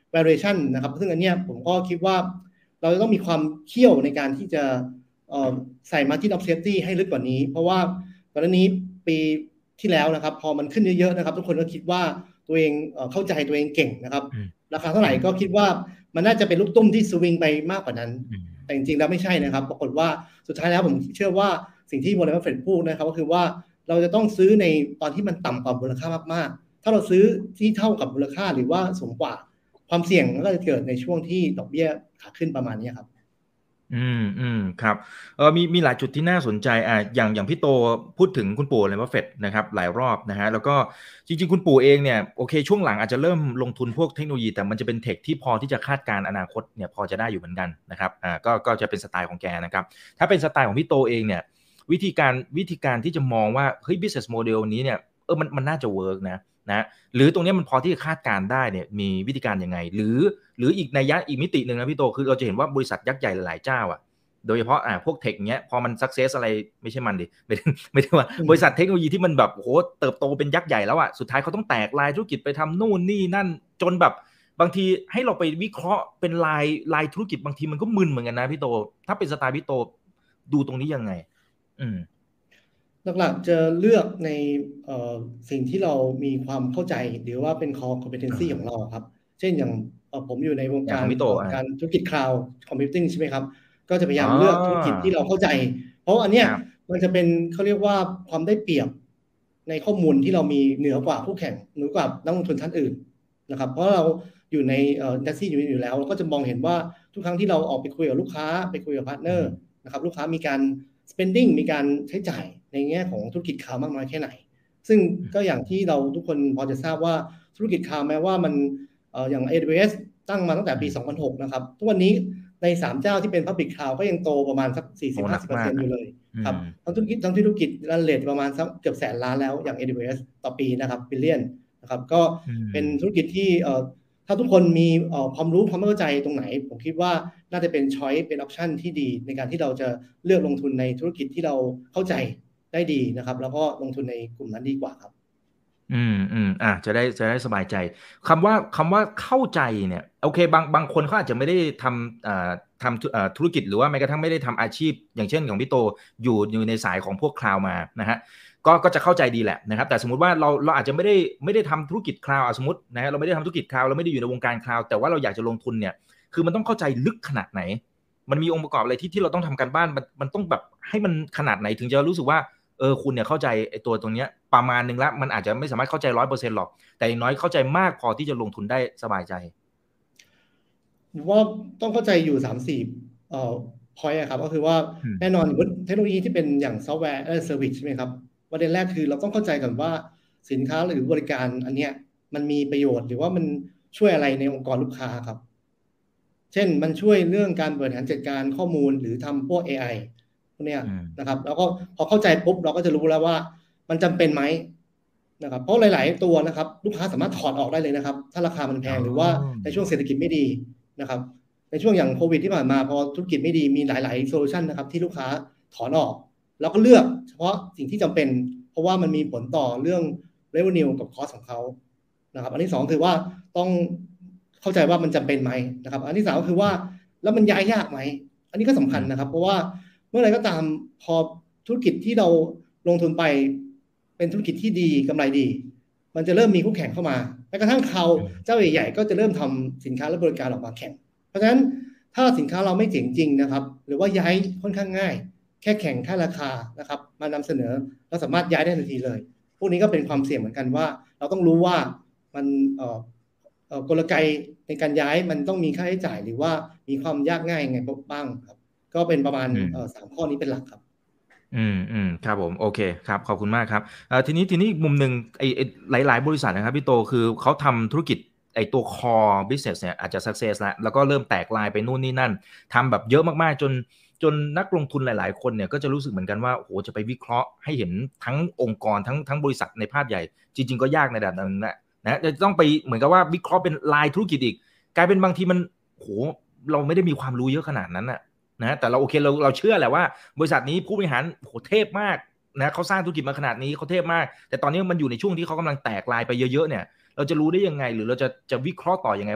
valuation นะครับซึ่งอันเนี้ยผมก็คิดว่าเราจะต้องมีความเขี้ยวในการที่จะใส่ margin of safety ให้ลึกกว่านี้เพราะว่าก่อนหน้านี้ปีที่แล้วนะครับพอมันขึ้นเยอะๆนะครับทุกคนก็คิดว่าตัวเองเข้าใจตัวเองเก่งนะครับราคาเท่าไหร่ก็คิดว่ามันน่าจะเป็นลูกตุ้มที่สวิงไปมากกว่านั้นแต่จริงๆแล้วไม่ใช่นะครับปรากฏว่าสุดท้ายแล้วผมเชื่อว่าสิ่งที่วอร์เรน บัฟเฟตต์พูดนะครับก็คือว่าเราจะต้องซื้อในตอนที่มันต่ำกว่ามูลค่ามากๆถ้าเราซื้อที่เท่ากับมูลค่าหรือว่าสูงกว่าความเสี่ยงก็จะเกิดในช่วงที่ดอกเบี้ยขาขึ้นประมาณนี้ครับอืมอืมครับเออมีมีหลายจุดที่น่าสนใจอ่ะอย่างอย่างพี่โตพูดถึงคุณปู่วอร์เรน บัฟเฟตต์นะครับหลายรอบนะฮะแล้วก็จริงๆคุณปู่เองเนี่ยโอเคช่วงหลังอาจจะเริ่มลงทุนพวกเทคโนโลยีแต่มันจะเป็นเทคที่พอที่จะคาดการณ์อนาคตเนี่ยพอจะได้อยู่เหมือนกันนะครับอ่าก็ก็จะเป็นสไตล์ของแกนะครับถ้าเป็นสไตล์ของพี่โตเองเนี่ยวิธีการวิธีการที่จะมองว่าเฮ้ย business model นี้เนี่ยเออมันมันน่าจะเวิร์กนะนะหรือตรงนี้มันพอที่จะคาดการได้เนี่ยมีวิธีการยังไงหรือหรืออีกนัยยะอีกมิตินึงนะพี่โตคือเราจะเห็นว่าบริษัทยักษ์ใหญ่หลายๆเจ้าอ่ะโดยเฉพาะอ่าพวกเทคเงี้ยพอมันซักเซสอะไรไม่ใช่มันดิไม่ได้ไม่ได้ว่าบริษัทเทคโนโลยีที่มันแบบโหเติบโตเป็นยักษ์ใหญ่แล้วอ่ะสุดท้ายเขาต้องแตกลายธุรกิจไปทำนู่นนี่นั่นจนแบบบางทีให้เราไปวิเคราะห์เป็นลายลายธุรกิจบางทีมันก็มึนเหมือนกันนะพี่โตถ้าเป็นสไตล์พี่โตดูตรงนี้ยังไงอืมหลักๆจะเลือกในสิ่งที่เรามีความเข้าใจหรือว่าเป็น core competency ของเราครับเช่นอย่างผมอยู่ในวงการการธุรกิจ cloud computing ใช่ไหมครับก็จะพยายามเลือกธุรกิจที่เราเข้าใจเพราะอันเนี้ยมันจะเป็นเขาเรียกว่าความได้เปรียบในข้อมูลที่เรามีเหนือกว่าคู่แข่งเหนือกว่านักลงทุนท่านอื่นนะครับเพราะเราอยู่ในเอ่อ industry อยู่อยู่แล้วเราก็จะมองเห็นว่าทุกครั้งที่เราออกไปคุยกับลูกค้าไปคุยกับพาร์ทเนอร์นะครับลูกค้ามีการ spending มีการใช้จ่ายในแง่ของธุรกิจคลาวด์มากน้อยแค่ไหนซึ่งก็อย่างที่เราทุกคนพอจะทราบว่าธุรกิจคลาวด์แม้ว่ามันเอ่ออย่าง เอ ดับเบิลยู เอส ตั้งมาตั้งแต่ปีสองพันหกนะครับทุกวันนี้ในสามเจ้าที่เป็น Public Cloud ก็ยังโตประมาณสัก สี่สิบถึงห้าสิบเปอร์เซ็นต์ อยู่เลยครับทั้งธุรกิจทั้งธุรกิจรันเรทประมาณสักเกือบแสนล้านแล้วอย่าง เอ ดับเบิลยู เอส ต่อปีนะครับ billion นะครับก็เป็นธุรกิจที่เอ่อถ้าทุกคนมีเอ่อความรู้ความเข้าใจตรงไหนผมคิดว่าน่าจะเป็น choice เป็น option ที่ดีในการที่เราจะเลือกลงทุนในธุรกิจที่เราเข้าใจได้ดีนะครับแล้วก็ลงทุนในกลุ่มนั้นดีกว่าครับอืมอืมอ่ะจะได้จะได้สบายใจคำว่าคำว่าเข้าใจเนี่ยโอเคบางบางคนเขาอาจจะไม่ได้ทำอ่าทำอ่าธุรกิจหรือว่าแม้กระทั่งไม่ได้ทำอาชีพอย่างเช่นของพี่โตอยู่อยู่ในสายของพวกคลาวมานะฮะก็ก็จะเข้าใจดีแหละนะครับแต่สมมุติว่าเราเราอาจจะไม่ได้ไม่ได้ทำธุรกิจคลาวสมมตินะฮะเราไม่ได้ทำธุรกิจคลาวเราไม่ได้อยู่ในวงการคลาวแต่ว่าเราอยากจะลงทุนเนี่ยคือมันต้องเข้าใจลึกขนาดไหนมันมีองค์ประกอบอะไรที่ที่เราต้องทำการบ้านมันมันต้องแบบให้มันขนาดไหนถึงจะรู้สึกว่าเออคุณเนี่ยเข้าใจไอ้ตัวตรงเนี้ยประมาณนึงแล้วมันอาจจะไม่สามารถเข้าใจ ร้อยเปอร์เซ็นต์ หรอกแต่อย่างน้อยเข้าใจมากพอที่จะลงทุนได้สบายใจว่าต้องเข้าใจอยู่ สามถึงสี่ เอ่อ point อ่ะครับก็คือว่าแน่นอนเทคโนโลยีที่เป็นอย่างซอฟต์แวร์เออเซอร์วิสใช่ไหมครับประเด็นแรกคือเราต้องเข้าใจก่อนว่าสินค้าหรือบริการอันเนี้ยมันมีประโยชน์หรือว่ามันช่วยอะไรในองค์กรลูกค้าครับเช่นมันช่วยเรื่องการบริหารจัดการข้อมูลหรือทำพวก เอ ไอ พวกเนี้ยนะครับแล้วก็พอเข้าใจปุ๊บเราก็จะรู้แล้วว่ามันจำเป็นไหมนะครับเพราะหลายๆตัวนะครับลูกค้าสามารถถอดออกได้เลยนะครับถ้าราคามันแพงหรือว่าในช่วงเศรษฐกิจไม่ดีนะครับในช่วงอย่างโควิดที่ผ่านมาพอธุรกิจไม่ดีมีหลายๆโซลูชันนะครับที่ลูกค้าถอนออกเราก็เลือกเฉพาะสิ่งที่จำเป็นเพราะว่ามันมีผลต่อเรื่อง revenue กับ cost ของเขานะครับอันที่สองคือว่าต้องเข้าใจว่ามันจำเป็นไหมนะครับอันที่สามก็คือว่าแล้วมันย้ายยากไหมอันนี้ก็สำคัญนะครับเพราะว่าเมื่อไรก็ตามพอธุรกิจที่เราลงทุนไปเป็นธุรกิจที่ดีกำไรดีมันจะเริ่มมีคู่แข่งเข้ามาแม้กระทั่งเขาเจ้าใหญ่ๆก็จะเริ่มทำสินค้าและบริการออกมาแข่งเพราะฉะนั้นถ้าสินค้าเราไม่เจ๋งจริงนะครับหรือว่าย้ายค่อนข้างง่ายแค่แข่งแค่ราคานะครับมานำเสนอเราสามารถย้ายได้ทันทีเลยพวกนี้ก็เป็นความเสี่ยงเหมือนกันว่าเราต้องรู้ว่ามันเอ่อเอ่อกลไกในการย้ายมันต้องมีค่าใช้จ่ายหรือว่ามีความยากง่ายยังไงบ้างครับก็เป็นประมาณเอ่อสามข้อนี้เป็นหลักครับอืมอืมครับผมโอเคครับขอบคุณมากครับเอ่อทีนี้ทีนี้มุมนึงไอ้หลายๆบริษัทนะครับพี่โตคือเขาทำธุรกิจไอ้ตัว core business เนี่ยอาจจะ success แล้วแล้วก็เริ่มแตกลายไปนู่นนี่นั่นทำแบบเยอะมากๆจนจนนักลงทุนหลายๆคนเนี่ยก็จะรู้สึกเหมือนกันว่าโอ้โหจะไปวิเคราะห์ให้เห็นทั้งองค์กรทั้งทั้งบริษัทในภาพใหญ่จริงๆก็ยากในระดับนึงนะนะจะต้องไปเหมือนกับว่าวิเคราะห์เป็นลายธุรกิจอีกกลายเป็นบางทีมันโหเราไม่ได้มีความรู้เยอะขนาดนั้นน่ะนะแต่เราโอเคเราเราเชื่อแหละว่าบริษัทนี้ผู้บริหารโหเทพมากนะเขาสร้างธุรกิจมาขนาดนี้เขาเทพมากแต่ตอนนี้มันอยู่ในช่วงที่เขากำลังแตกลายไปเยอะๆเนี่ยเราจะรู้ได้ยังไงหรือเราจะจะวิเคราะห์ต่อยังไงว่าเอ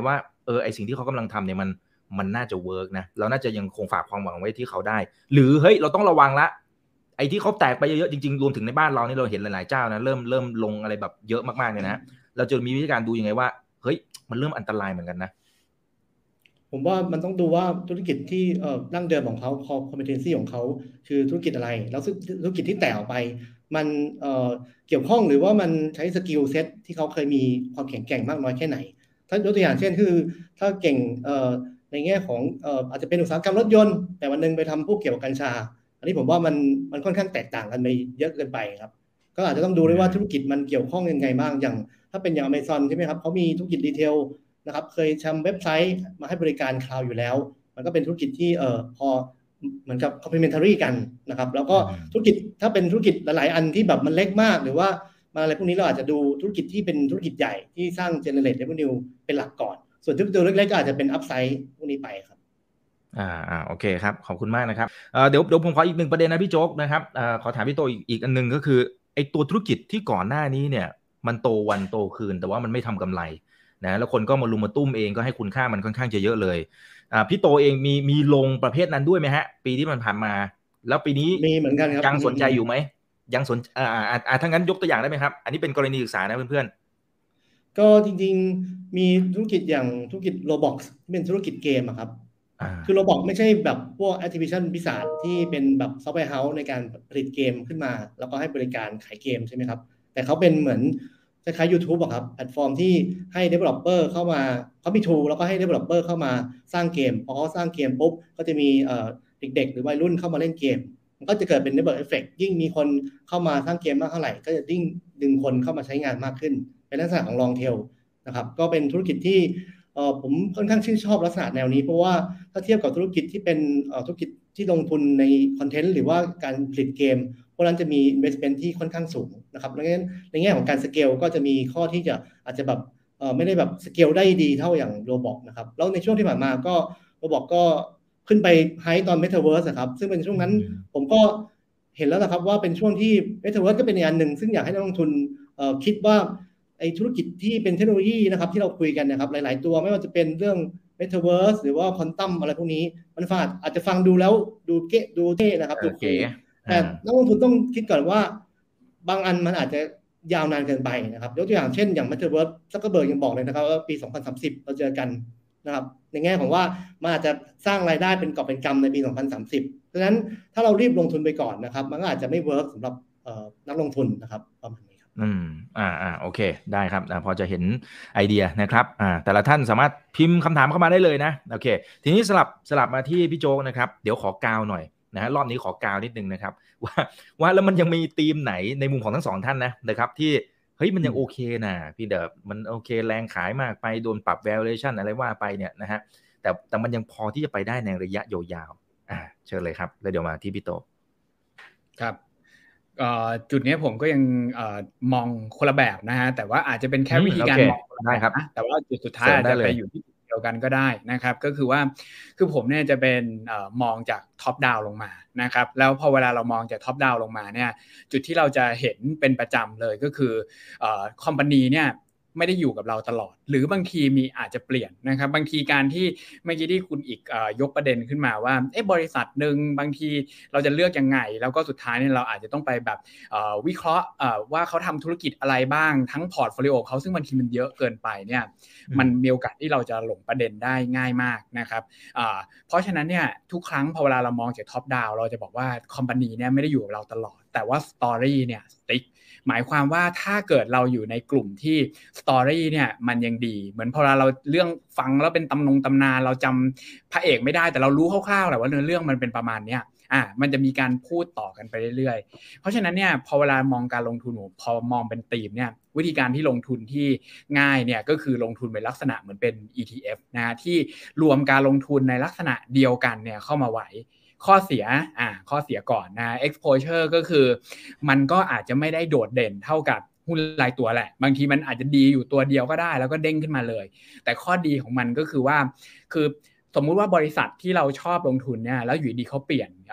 อไอสิ่งที่เขากำลังทำเนี่ยมันมันน่าจะเวิร์กนะเราน่าจะยังคงฝากความหวังไว้ที่เขาได้หรือเฮ้ยเราต้องระวังละไอ้ที่เขาแตกไปเยอะๆจริงๆรวมถึงในบ้านเรานี่เราเห็นหลายๆเจ้านะเริ่มเริ่มลงอะไรแบบเยอะมากๆเนี่ยนะเราจะมีวิธีการดูยังไงว่าเฮ้ยมันเริ่มอันตรายเหมือนกันนะผมว่ามันต้องดูว่าธุรกิจที่เอ่อดั้งเดิมของเขา core competency ของเขาคือธุรกิจอะไรแล้วธุรกิจที่แตกออกไปมันเอ่อเกี่ยวข้องหรือว่ามันใช้สกิลเซ็ตที่เขาเคยมีความแข็งแกร่งมากน้อยแค่ไหนถ้ายกตัวอย่างเช่นคือถ้าเก่งเอ่อในแง่ของเอ่ออาจจะเป็นอุตสาหกรรมรถยนต์แต่วันนึงไปทำพวกเกี่ยวกับกัญชาอันนี้ผมว่ามันมันค่อนข้างแตกต่างกันไปเยอะเกินไปครับก็อาจจะต้องดูด้วยว่าธุรกิจมันเกี่ยวข้องยังไงบ้างอย่างถ้าเป็นอย่าง Amazon ใช่ไหมครับเขามีธุรกิจรีเทลนะครับเคยทำเว็บไซต์มาให้บริการคลาวด์อยู่แล้วมันก็เป็นธุรกิจที่เอ่อพอเหมือนกับ complementary กันนะครับแล้วก็ธุรกิจถ้าเป็นธุรกิจหลายๆอันที่แบบมันเล็กมากหรือว่ามาอะไรพวกนี้เราอาจจะดูธุรกิจที่เป็นธุรกิจใหญ่ที่สร้าง generate revenue เป็นหลักก่อนส่วนธุรกิจเล็กๆก็อาจจะเป็น upside พวกนี้ไปครับอ่าอ่าโอเคครับขอบคุณมากนะครับเอ่อเดี๋ยวเดี๋ยวผมขออีกหนึ่งประเด็นนะพี่โจ๊กนะครับเอ่อขอถามพี่โตอีกอีกอันนึงก็คือไอ้ตัวธุรกิจที่ก่อนหน้านี้เนี่ยมันโตวันโตคืนแต่ว่ามันไม่ทำกำไรนะแล้วคนก็มาลุมมาตุ้มเองก็ให้คุณค่ามันค่อนข้างจะเยอะเลยอ่าพี่โตเองมีมีลงประเภทนั้นด้วยไหมฮะปีที่มันผ่านมาแล้วปีนี้มีเหมือนกันครับยังสนใจอยู่ไหมยังสนอ่าอ่าอ่าถ้างั้นยกตัวอย่างได้ไหมครับอันนี้เป็นกรณีศึกษานะเพื่อนๆก็จริงๆมีธุรกิจอย่างธุรกิจ Roblox ที่เป็นธุรกิจเกมอะครับคือ Roblox ไม่ใช่แบบพวก Activision Blizzard ที่เป็นแบบซอฟต์แวร์เฮ้าส์ในการผลิตเกมขึ้นมาแล้วก็ให้บริการขายเกมใช่ไหมครับแต่เขาเป็นเหมือนคล้ายๆ YouTube อะครับแพลตฟอร์มที่ให้ developer เข้ามาเขามี tool แล้วก็ให้ developer เข้ามาสร้างเกมพอเขาสร้างเกมปุ๊บก็จะมีเอ่อเด็กๆหรือวัยรุ่นเข้ามาเล่นเกมมันก็จะเกิดเป็น network effect ยิ่งมีคนเข้ามาสร้างเกมมากเท่าไหร่ก็จะยิ่งดึงคนเข้ามาใช้งานมากขึ้นเป็นลักษณะของ long tail นะครับก็เป็นธุรกิจที่เอ่อผมค่อนข้างชื่นชอบลักษณะแนวนี้เพราะว่าถ้าเทียบกับธุรกิจที่เป็นเอ่อธุรกิจที่ลงทุนในคอนเทนต์หรือว่าการผลิตเกมพวกนั้นจะมี investment ที่ค่อนข้างสูงนะครับดังนั้นในแง่ของการสเกลก็จะมีข้อที่จะอาจจะแบบเอ่อไม่ได้แบบสเกลได้ดีเท่าอย่าง Roblox นะครับแล้วในช่วงที่ผ่านมาก็ Roblox ก็ขึ้นไปไฮตอน Metaverse นะครับซึ่งเป็นช่วงนั้นผมก็เห็นแล้วนะครับว่าเป็นช่วงที่ Metaverse ก็เป็นอีกอันหนึ่งซึ่งอยากให้นักลงทุนเอ่อคิดว่าไอ้ธุรกิจที่เป็นเทคโนโลยีนะครับที่เราคุยกันนะครับหลายๆตัวไม่ว่าจะเป็นเรื่อง Metaverse หรือว่า Quantum อะไรพวกนี้มันฟังอาจจะฟังดูแล้วดูเก๋ดูเท่นะครับดูคูลแต่นักลงทุนต้องคิดก่อนว่าบางอันมันอาจจะยาวนานเกินไปนะครับยกตัวอย่างเช่นอย่าง Metaverse ซักเคอร์เบิร์กยังบอกเลยนะครับว่าปีสองพันสามสิบเราเจอกันนะครับในแง่ของว่ามันอาจจะสร้างรายได้เป็นกอบเป็นกำในปีสองพันสามสิบดังนั้นถ้าเรารีบลงทุนไปก่อนนะครับมันก็อาจจะไม่เวิร์กสำหรับนักลงทุนนะครับประมาณนี้ครับอืมอ่าอ่าโอเคได้ครับพอจะเห็นไอเดียนะครับอ่าแต่ละท่านสามารถพิมพ์คำถามเข้ามาได้เลยนะโอเคทีนี้สลับสลับมาที่พี่โจ๊กนะครับเดี๋ยวขอกาวหน่อยนะฮะรอบนี้ขอกาวนิดนึงนะครับว่าว่าแล้วมันยังมีธีมไหนในมุมของทั้งสองท่านนะนะครับที่เฮ้ยมันยังโอเคนะพี่เดบมันโอเคแรงขายมากไปโดนปรับ valuation อะไรว่าไปเนี่ยนะฮะแต่แต่มันยังพอที่จะไปได้ในระยะยาวๆอ่าเชิญเลยครับแล้วเดี๋ยวมาที่พี่โตครับจุดนี้ผมก็ยังมองคนละแบบนะฮะแต่ว่าอาจจะเป็นแค่วิธีการมองได้ครับแต่ว่าจุดสุดท้ายอาจจะไปอยู่ที่เดียวกันก็ได้นะครับก็คือว่าคือผมเนี่ยจะเป็นมองจากท็อปดาวน์ลงมานะครับแล้วพอเวลาเรามองจากท็อปดาวน์ลงมาเนี่ยจุดที่เราจะเห็นเป็นประจำเลยก็คือคอมพานีเนี่ยไม่ได้อยู่กับเราตลอดหรือบางทีมีอาจจะเปลี่ยนนะครับบางทีการที่เมื่อกี้ที่คุณอีกยกประเด็นขึ้นมาว่าเอ๊ะบริษัทนึงบางทีเราจะเลือกยังไงแล้วก็สุดท้ายเนี่ยเราอาจจะต้องไปแบบวิเคราะห์ว่าเขาทำธุรกิจอะไรบ้างทั้งพอร์ตโฟลิโอเขาซึ่งบางทีมันเยอะเกินไปเนี่ยมันมีโอกาสที่เราจะหลงประเด็นได้ง่ายมากนะครับเพราะฉะนั้นเนี่ยทุกครั้งพอเวลาเรามองจากท็อปดาวน์เราจะบอกว่าคอมพานีเนี่ยไม่ได้อยู่กับเราตลอดแต่ว่าสตอรี่เนี่ยสติ๊กหมายความว่าถ้าเกิดเราอยู่ในกลุ่มที่สตอรี่เนี่ยมันยังดีเหมือนพอเราเรื่องฟังแล้วเป็นตำนงตำนานเราจำพระเอกไม่ได้แต่เรารู้คร่าวๆแหละว่าเนื้อเรื่องมันเป็นประมาณเนี้ยอ่ะมันจะมีการพูดต่อกันไปเรื่อยๆเพราะฉะนั้นเนี่ยพอเวลามองการลงทุนพอมองเป็นธีมเนี่ยวิธีการที่ลงทุนที่ง่ายเนี่ยก็คือลงทุนในลักษณะเหมือนเป็น อี ที เอฟ นะที่รวมการลงทุนในลักษณะเดียวกันเนี่ยเข้ามาไว้ข้อเสียอ่าข้อเสียก่อนนะ exposure ก็คือมันก็อาจจะไม่ได้โดดเด่นเท่ากับหุ้นรายตัวแหละบางทีมันอาจจะดีอยู่ตัวเดียวก็ได้แล้วก็เด้งขึ้นมาเลยแต่ข้อดีของมันก็คือว่าคือสมมุติว่าบริษัทที่เราชอบลงทุนเนี่ยแล้วอยู่ดีเขาเปลี่ยน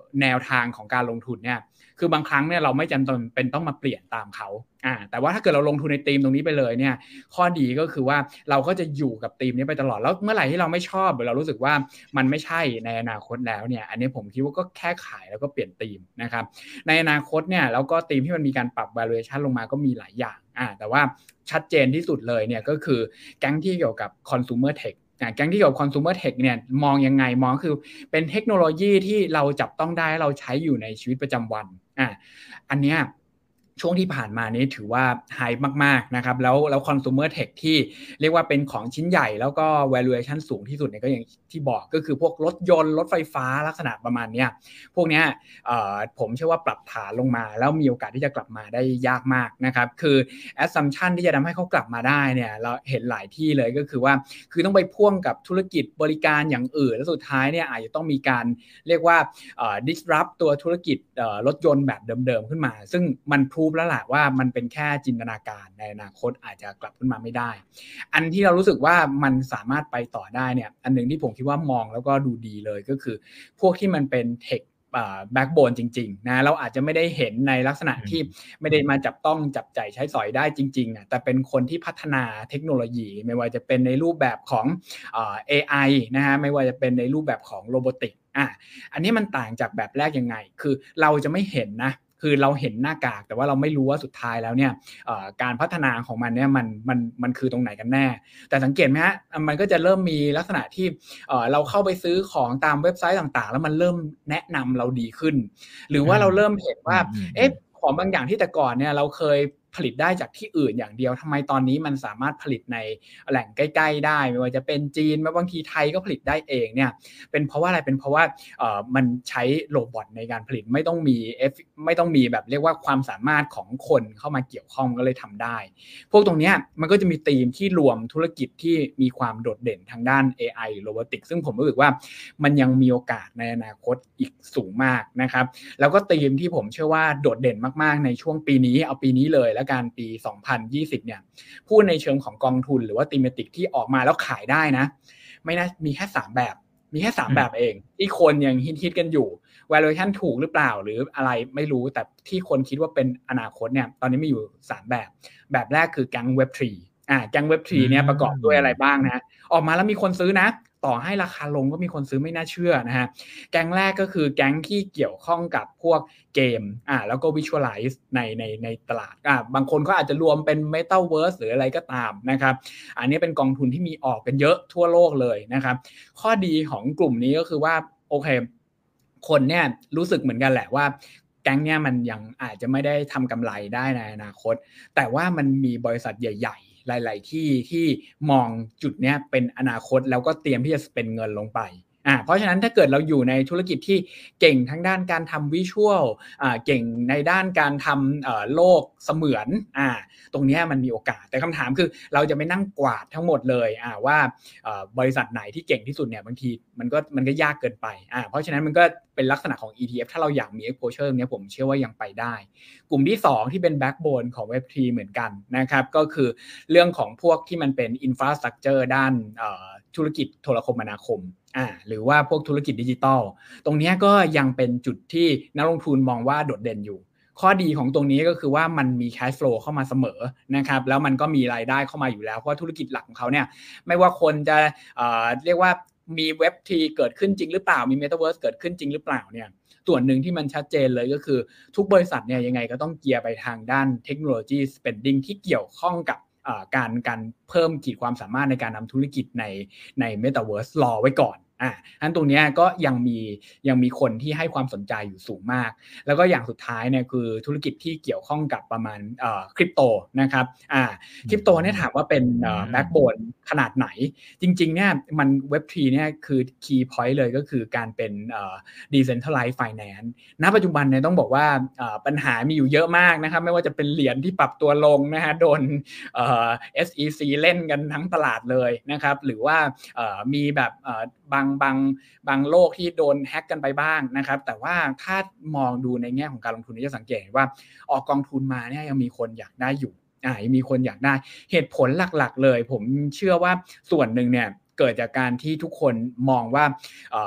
แนวทางของการลงทุนเนี่ยคือบางครั้งเนี่ยเราไม่จำเป็นต้องมาเปลี่ยนตามเขาอ่าแต่ว่าถ้าเกิดเราลงทุนในธีมตรงนี้ไปเลยเนี่ยข้อดีก็คือว่าเราก็จะอยู่กับธีมนี้ไปตลอดแล้วเมื่อไหร่ที่เราไม่ชอบหรือเรารู้สึกว่ามันไม่ใช่ในอนาคตแล้วเนี่ยอันนี้ผมคิดว่าก็แค่ขายแล้วก็เปลี่ยนธีมนะครับในอนาคตเนี่ยแล้วก็ธีมที่มันมีการปรับ valuation ลงมาก็มีหลายอย่างอ่าแต่ว่าชัดเจนที่สุดเลยเนี่ยก็คือแก๊งที่เกี่ยวกับ consumer techแก๊งที่เกี่ยวกับ consumer tech เนี่ยมองยังไงมองคือเป็นเทคโนโลยีที่เราจับต้องได้เราใช้อยู่ในชีวิตประจำวันอ่ะอันเนี้ยช่วงที่ผ่านมานี้ถือว่าไฮมากๆนะครับแล้วแล้ว consumer tech ที่เรียกว่าเป็นของชิ้นใหญ่แล้วก็ valuation สูงที่สุดเนี่ยก็อย่างที่บอกก็คือพวกรถยนต์รถไฟฟ้าลักษณะประมาณเนี้ยพวกเนี้ยเอ่อผมเชื่อว่าปรับฐานลงมาแล้วมีโอกาสที่จะกลับมาได้ยากมากนะครับคือ assumption ที่จะทำให้เขากลับมาได้เนี่ยเราเห็นหลายที่เลยก็คือว่าคือต้องไปพ่วงกับธุรกิจบริการอย่างอื่นแล้วสุดท้ายเนี่ยอาจจะต้องมีการเรียกว่าเอ่อ disrupt ตัวธุรกิจเอ่อรถยนต์แบบเดิมๆขึ้นมาซึ่งมันพรูฟแล้วแหละว่ามันเป็นแค่จินตนาการในอนาคตอาจจะกลับขึ้นมาไม่ได้อันที่เรารู้สึกว่ามันสามารถไปต่อได้เนี่ยอันนึงที่ผมคิดว่ามองแล้วก็ดูดีเลยก็คือพวกที่มันเป็นเทคแบ็กโบนจริงๆนะเราอาจจะไม่ได้เห็นในลักษณะที่ไม่ได้มาจับต้องจับใจใช้สอยได้จริงๆอ่ะแต่เป็นคนที่พัฒนาเทคโนโลยีไม่ว่าจะเป็นในรูปแบบของเอ่อ เอ ไอ นะฮะไม่ว่าจะเป็นในรูปแบบของโรบอติกอ่ะอันนี้มันต่างจากแบบแรกยังไงคือเราจะไม่เห็นนะคือเราเห็นหน้ากากแต่ว่าเราไม่รู้ว่าสุดท้ายแล้วเนี่ยการพัฒนาของมันเนี่ยมันมันมันคือตรงไหนกันแน่แต่สังเกตไหมฮะมันก็จะเริ่มมีลักษณะที่เราเข้าไปซื้อของตามเว็บไซต์ต่างๆแล้วมันเริ่มแนะนำเราดีขึ้นหรือว่าเราเริ่มเห็นว่าเอ๊ะของบางอย่างที่แต่ก่อนเนี่ยเราเคยผลิตได้จากที่อื่นอย่างเดียวทำไมตอนนี้มันสามารถผลิตในแหล่งใกล้ๆได้ไม่ว่าจะเป็นจีนแม้บางทีไทยก็ผลิตได้เองเนี่ยเป็นเพราะว่าอะไรเป็นเพราะว่าเอ่อมันใช้โรบอทในการผลิตไม่ต้องมีไม่ต้องมีแบบเรียกว่าความสามารถของคนเข้ามาเกี่ยวข้องก็เลยทำได้พวกตรงเนี้ยมันก็จะมีธีมที่รวมธุรกิจที่มีความโดดเด่นทางด้าน เอ ไอ หรือโรบอติกซึ่งผมรู้สึกว่ามันยังมีโอกาสในอนาคตอีกสูงมากนะครับแล้วก็ธีมที่ผมเชื่อว่าโดดเด่นมากๆในช่วงปีนี้เอาปีนี้เลยและการปีสองพันยี่สิบเนี่ยพูดในเชิงของกองทุนหรือว่าธีมติกที่ออกมาแล้วขายได้นะไม่น่ามีแค่สามแบบมีแค่สามแบบเองที่คนยังฮิตๆกันอยู่ valuation ถูกหรือเปล่าหรืออะไรไม่รู้แต่ที่คนคิดว่าเป็นอนาคตเนี่ยตอนนี้มีอยู่สามแบบแบบแรกคือแก๊ง เว็บ ทรี อ่าแก๊ง เว็บ ทรี เนี่ยประกอบด้วยอะไรบ้างนะออกมาแล้วมีคนซื้อนะต่อให้ราคาลงก็มีคนซื้อไม่น่าเชื่อนะฮะแก๊งแรกก็คือแก๊งที่เกี่ยวข้องกับพวกเกมอ่าแล้วก็ visualize ในในในตลาดอ่าบางคนก็อาจจะรวมเป็น Metaverse หรืออะไรก็ตามนะครับอันนี้เป็นกองทุนที่มีออกกันเยอะทั่วโลกเลยนะครับข้อดีของกลุ่มนี้ก็คือว่าโอเคคนเนี่ยรู้สึกเหมือนกันแหละว่าแก๊งเนี่ยมันยังอาจจะไม่ได้ทำกำไรได้ในอนาคตแต่ว่ามันมีบริษัทใหญ่ๆหลายๆที่ที่มองจุดเนี้ยเป็นอนาคตแล้วก็เตรียมที่จะสเปนเงินลงไปอ่าเพราะฉะนั้นถ้าเกิดเราอยู่ในธุรกิจที่เก่งทั้งด้านการทำวิชวลอ่าเก่งในด้านการทำเอ่อโลกเสมือนอ่าตรงนี้มันมีโอกาสแต่คำถามคือเราจะไม่นั่งกวาดทั้งหมดเลยอ่าว่าเอ่อบริษัทไหนที่เก่งที่สุดเนี่ยบางทีมันก็มันก็ยากเกินไปอ่าเพราะฉะนั้นมันก็เป็นลักษณะของ อี ที เอฟ ถ้าเราอยากมี exposure เนี่ยผมเชื่อว่ายังไปได้กลุ่มที่สองที่เป็น backbone ของ เว็บ ทรี เหมือนกันนะครับก็คือเรื่องของพวกที่มันเป็น infrastructure ด้านเอ่อธุรกิจโทรคมนาคมอ่าหรือว่าพวกธุรกิจดิจิทัลตรงนี้ก็ยังเป็นจุดที่นักลงทุนมองว่าโดดเด่นอยู่ข้อดีของตรงนี้ก็คือว่ามันมี cash flow เข้ามาเสมอนะครับแล้วมันก็มีรายได้เข้ามาอยู่แล้วเพราะธุรกิจหลักของเขาเนี่ยไม่ว่าคนจะเอ่อเรียกว่ามี เว็บ ทรี เกิดขึ้นจริงหรือเปล่ามี Metaverse เกิดขึ้นจริงหรือเปล่าเนี่ยส่วนหนึ่งที่มันชัดเจนเลยก็คือทุกบริษัทเนี่ยยังไงก็ต้องเกียร์ไปทางด้านเทคโนโลยี spending ที่เกี่ยวข้องกับการการเพิ่มขีดความสามารถในการนำธุรกิจในใน Metaverse รอไว้ก่อนอ่ะอันตรงนี้ก็ยังมียังมีคนที่ให้ความสนใจอยู่สูงมากแล้วก็อย่างสุดท้ายเนี่ยคือธุรกิจที่เกี่ยวข้องกับประมาณเอ่อคริปโตนะครับอ่าคริปโตเนี่ยถามว่าเป็นเอ่อแบ็คโบนขนาดไหนจริงๆเนี่ยมัน เว็บ ทรี เนี่ยคือคีย์พอยต์เลยก็คือการเป็นเอ่อ decentralized finance ณปัจจุบันเนี่ยต้องบอกว่าเอ่อปัญหามีอยู่เยอะมากนะครับไม่ว่าจะเป็นเหรียญที่ปรับตัวลงนะฮะโดนเอ่อ เอส อี ซี เล่นกันทั้งตลาดเลยนะครับหรือว่าเอ่อมีแบบเอ่อบางบางบางโลกที่โดนแฮกกันไปบ้างนะครับแต่ว่าถ้ามองดูในแง่ของการลงทุนนี่จะสังเกตว่าออกกองทุนมาเนี่ยยังมีคนอยากได้อยู่อ่ายังมีคนอยากได้เหตุผลหลักๆเลยผมเชื่อว่าส่วนหนึ่งเนี่ยเกิดจากการที่ทุกคนมองว่าเอ่อ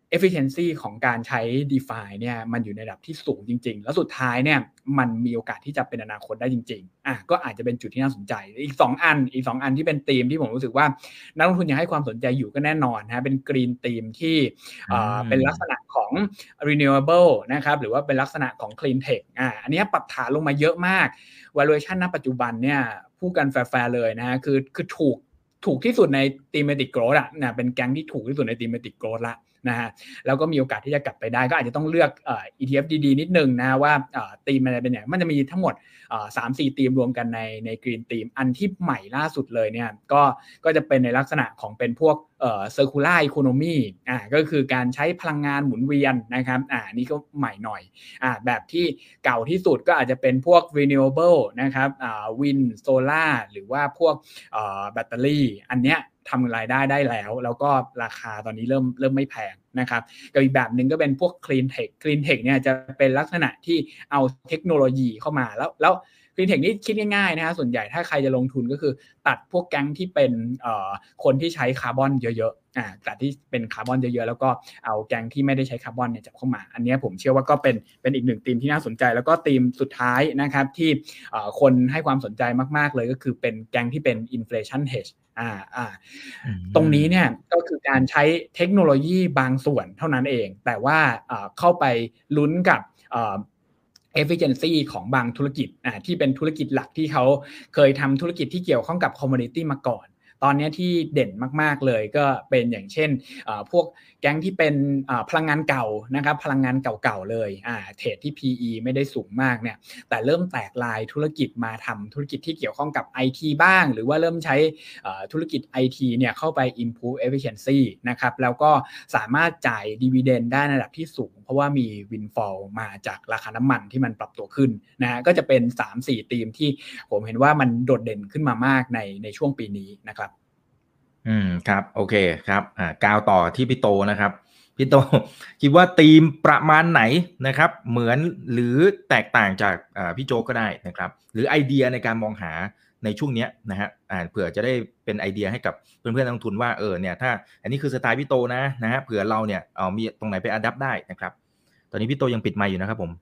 efficiency ของการใช้ DeFi เนี่ยมันอยู่ในระดับที่สูงจริงๆแล้วสุดท้ายเนี่ยมันมีโอกาสที่จะเป็นอนาคตได้จริงๆอ่ะก็อาจจะเป็นจุดที่น่าสนใจอีกสองอันอีกสองอันที่เป็นธีมที่ผมรู้สึกว่านักลงทุนยังให้ความสนใจอยู่ก็แน่นอนนะเป็น Green Theme ที่เอ่อเป็นลักษณะของ renewable นะครับหรือว่าเป็นลักษณะของ clean tech อ่ะอันนี้ปรับฐานลงมาเยอะมาก valuation ณปัจจุบันเนี่ยพูดกันแฟร์ๆเลยนะฮะคือคือถูกถูกที่สุดใน thematic growth อ่ะนะเป็นแก๊งที่ถูกที่สุดใน thematic growth ละนะฮะแล้วก็มีโอกาสที่จะกลับไปได้ก็อาจจะต้องเลือกเอ่อ อี ที เอฟ ดีๆนิดนึงนะว่าเอ่อธีมมันจะเป็นอย่างมันจะมีทั้งหมดเอ่อ สามสี่ ธีมรวมกันในใน Green Theme อันที่ใหม่ล่าสุดเลยเนี่ยก็ก็จะเป็นในลักษณะของเป็นพวกเอ่อ circular economy อ่าก็คือการใช้พลังงานหมุนเวียนนะครับอ่านี่ก็ใหม่หน่อยอ่าแบบที่เก่าที่สุดก็อาจจะเป็นพวก renewable นะครับอ่า wind solar หรือว่าพวกเอ่อแบตเตอรี่อันเนี้ยทำรายได้ได้แล้วแล้วก็ราคาตอนนี้เริ่มเริ่มไม่แพงนะครับกับอีกแบบนึงก็เป็นพวก clean tech clean tech เนี่ยจะเป็นลักษณะที่เอาเทคโนโลยีเข้ามาแล้วแล้ว clean tech นี่คิดง่ายๆนะฮะส่วนใหญ่ถ้าใครจะลงทุนก็คือตัดพวกแก๊งที่เป็นเอ่อคนที่ใช้คาร์บอนเยอะๆอ่าตัดที่เป็นคาร์บอนเยอะๆแล้วก็เอาแก๊งที่ไม่ได้ใช้คาร์บอนเนี่ยจับเข้ามาอันนี้ผมเชื่อว่าก็เป็นเป็นอีกหนึ่งธีมที่น่าสนใจแล้วก็ธีมสุดท้ายนะครับที่เอ่อคนให้ความสนใจมากๆเลยก็คือเป็นแก๊งที่เป็น inflation hedgeอ่าอ่าตรงนี้เนี่ยก็คือการใช้เทคโนโลยีบางส่วนเท่านั้นเองแต่ว่าเอ่อเข้าไปลุ้นกับเอ่อefficiency ของบางธุรกิจอ่าที่เป็นธุรกิจหลักที่เขาเคยทำธุรกิจที่เกี่ยวข้องกับ commodity มาก่อนตอนนี้ที่เด่นมากๆเลยก็เป็นอย่างเช่นพวกแก๊งที่เป็นพลังงานเก่านะครับพลังงานเก่าๆเลยอ่าเทรดที่ พี อี ไม่ได้สูงมากเนี่ยแต่เริ่มแตกลายธุรกิจมาทำธุรกิจที่เกี่ยวข้องกับ ไอ ที บ้างหรือว่าเริ่มใช้ธุรกิจ ไอ ที เนี่ยเข้าไป improve efficiency นะครับแล้วก็สามารถจ่าย dividend ได้ในระดับที่สูงเพราะว่ามี windfall มาจากราคาน้ำมันที่มันปรับตัวขึ้นนะฮะก็จะเป็น สามสี่ ธีมที่ผมเห็นว่ามันโดดเด่นขึ้นมามากในในช่วงปีนี้นะครับอืมครับโอเคครับอ่ากาวต่อที่พี่โตนะครับพี่โตคิดว่าธีมประมาณไหนนะครับเหมือนหรือแตกต่างจากอ่าพี่โจก็ได้นะครับหรือไอเดียในการมองหาในช่วงนี้นะฮะอ่าเผื่อจะได้เป็นไอเดียให้กับเพื่อนๆนักลงทุนว่าเออเนี่ยถ้าอันนี้คือสไตล์พี่โตนะนะฮะเผื่อเราเนี่ยเอามีตรงไหนไปอะแดปได้นะครับตอนนี้พี่โตยังปิดไมค์อยู่นะครับผม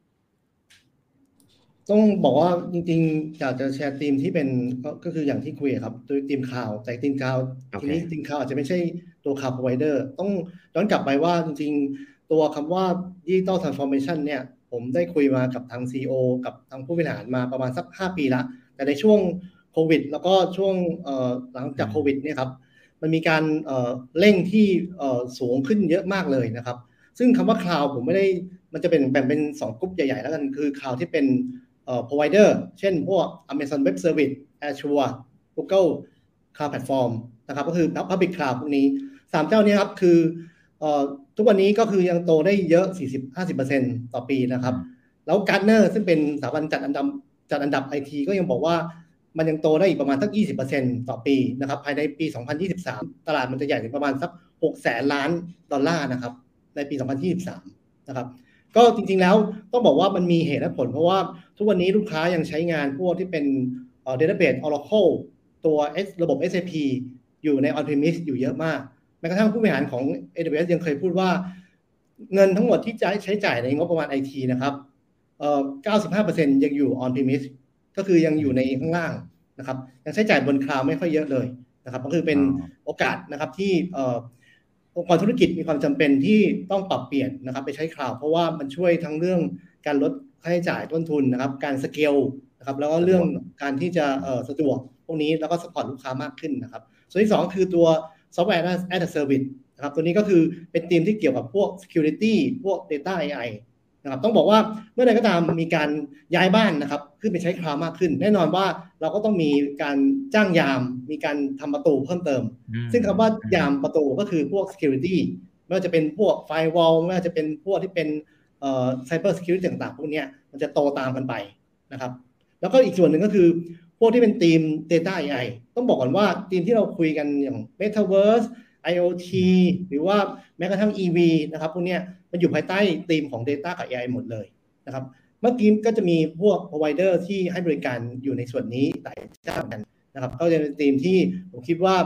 ต้องบอกว่าจริงๆอยากจะแชร์ธีมที่เป็นก็คืออย่างที่คุยครับตัวธีมคลาวด์แต่ธีมคลาวด์ทีนี้ธีมคลาวด์อาจจะไม่ใช่ตัวคลาวด์ provider ต้องย้อนกลับไปว่าจริงๆตัวคำว่า digital transformation เนี่ยผมได้คุยมากับทาง ซี อี โอ กับทางผู้บริหารมาประมาณสักห้าปีละแต่ในช่วงโควิดแล้วก็ช่วงหลังจากโควิดเนี่ยครับมันมีการเร่งที่สูงขึ้นเยอะมากเลยนะครับซึ่งคำว่าคลาวด์ผมไม่ได้มันจะเป็นแบ่งเป็นสองกลุ่มใหญ่ๆแล้วกันคือคลาวด์ที่เป็นเอ่อ provider เช่นพวก Amazon Web Service Azure Google Cloud Platform นะครับก็คือ Public Cloud พวกนี้สามเจ้านี้ครับคือเอ่อทุกวันนี้ก็คือยังโตได้เยอะ สี่สิบถึงห้าสิบเปอร์เซ็นต์ ต่อปีนะครับแล้ว Gartner ซึ่งเป็นสถาบันจัดอันดับจัดอันดับ ไอ ที ก็ยังบอกว่ามันยังโตได้อีกประมาณสัก ยี่สิบเปอร์เซ็นต์ ต่อปีนะครับภายในปี สองพันยี่สิบสาม ตลาดมันจะใหญ่ถึงประมาณสัก หกแสน ล้านดอลลาร์นะครับในปี สองพันยี่สิบสาม นะครับก็จริงๆแล้วต้องบอกว่ามันมีเหตุและผลเพราะว่าทุกวันนี้ลูกค้ายังใช้งานพวกที่เป็นเอ่อ database Oracle ตัว ระบบ เอส เอ พี อยู่ใน on-premise อยู่เยอะมากแม้กระทั่งผู้บริหารของ เอ ดับเบิลยู เอส ยังเคยพูดว่าเงินทั้งหมดที่จะใช้จ่ายในงบประมาณ ไอ ที นะครับเอ่อ เก้าสิบห้าเปอร์เซ็นต์ ยังอยู่ on-premise ก็คือยังอยู่ในข้างล่างนะครับยังใช้จ่ายบนคลาวด์ไม่ค่อยเยอะเลยนะครับก็คือเป็นโอกาสนะครับที่เอ่อองค์กรธุรกิจมีความจำเป็นที่ต้องปรับเปลี่ยนนะครับไปใช้คลาวด์เพราะว่ามันช่วยทั้งเรื่องการลดค่าใช้จ่ายต้นทุนนะครับการสเกลนะครับแล้วก็เรื่องการที่จะเอ่อสะดวกพวกนี้แล้วก็สปอร์ตลูกค้ามากขึ้นนะครับส่วนที่สองคือตัว Software as a Service นะครับตัวนี้ก็คือเป็นธีมที่เกี่ยวกับพวก security พวก data เอ ไอ นะครับต้องบอกว่าเมื่อใดก็ตามมีการย้ายบ้านนะครับขึ้นไปใช้คลาวด์มากขึ้นแน่นอนว่าเราก็ต้องมีการจ้างยามมีการทำประตูเพิ่มเติมซึ่งคำว่ายามประตูก็คือพวก security ไม่ว่าจะเป็นพวก firewall ไม่ว่าจะเป็นพวกที่เป็นเอ่อ cyber security ต่างๆพวกนี้มันจะโตตามกันไปนะครับแล้วก็อีกส่วนหนึ่งก็คือพวกที่เป็นทีม data เอ ไอ ต้องบอกก่อนว่าทีมที่เราคุยกันอย่าง metaverse ไอ โอ ที หรือว่าแม้กระทั่ง อี วี นะครับพวกนี้มันอยู่ภายใต้ธีมของ data กับ เอ ไอ หมดเลยนะครับเมื่อกี้ก็จะมีพวก provider ที่ให้บริการอยู่ในส่วนนี้หลายเจ้ากันนะครับก็จะเป็นธีมที่ผมคิดว่า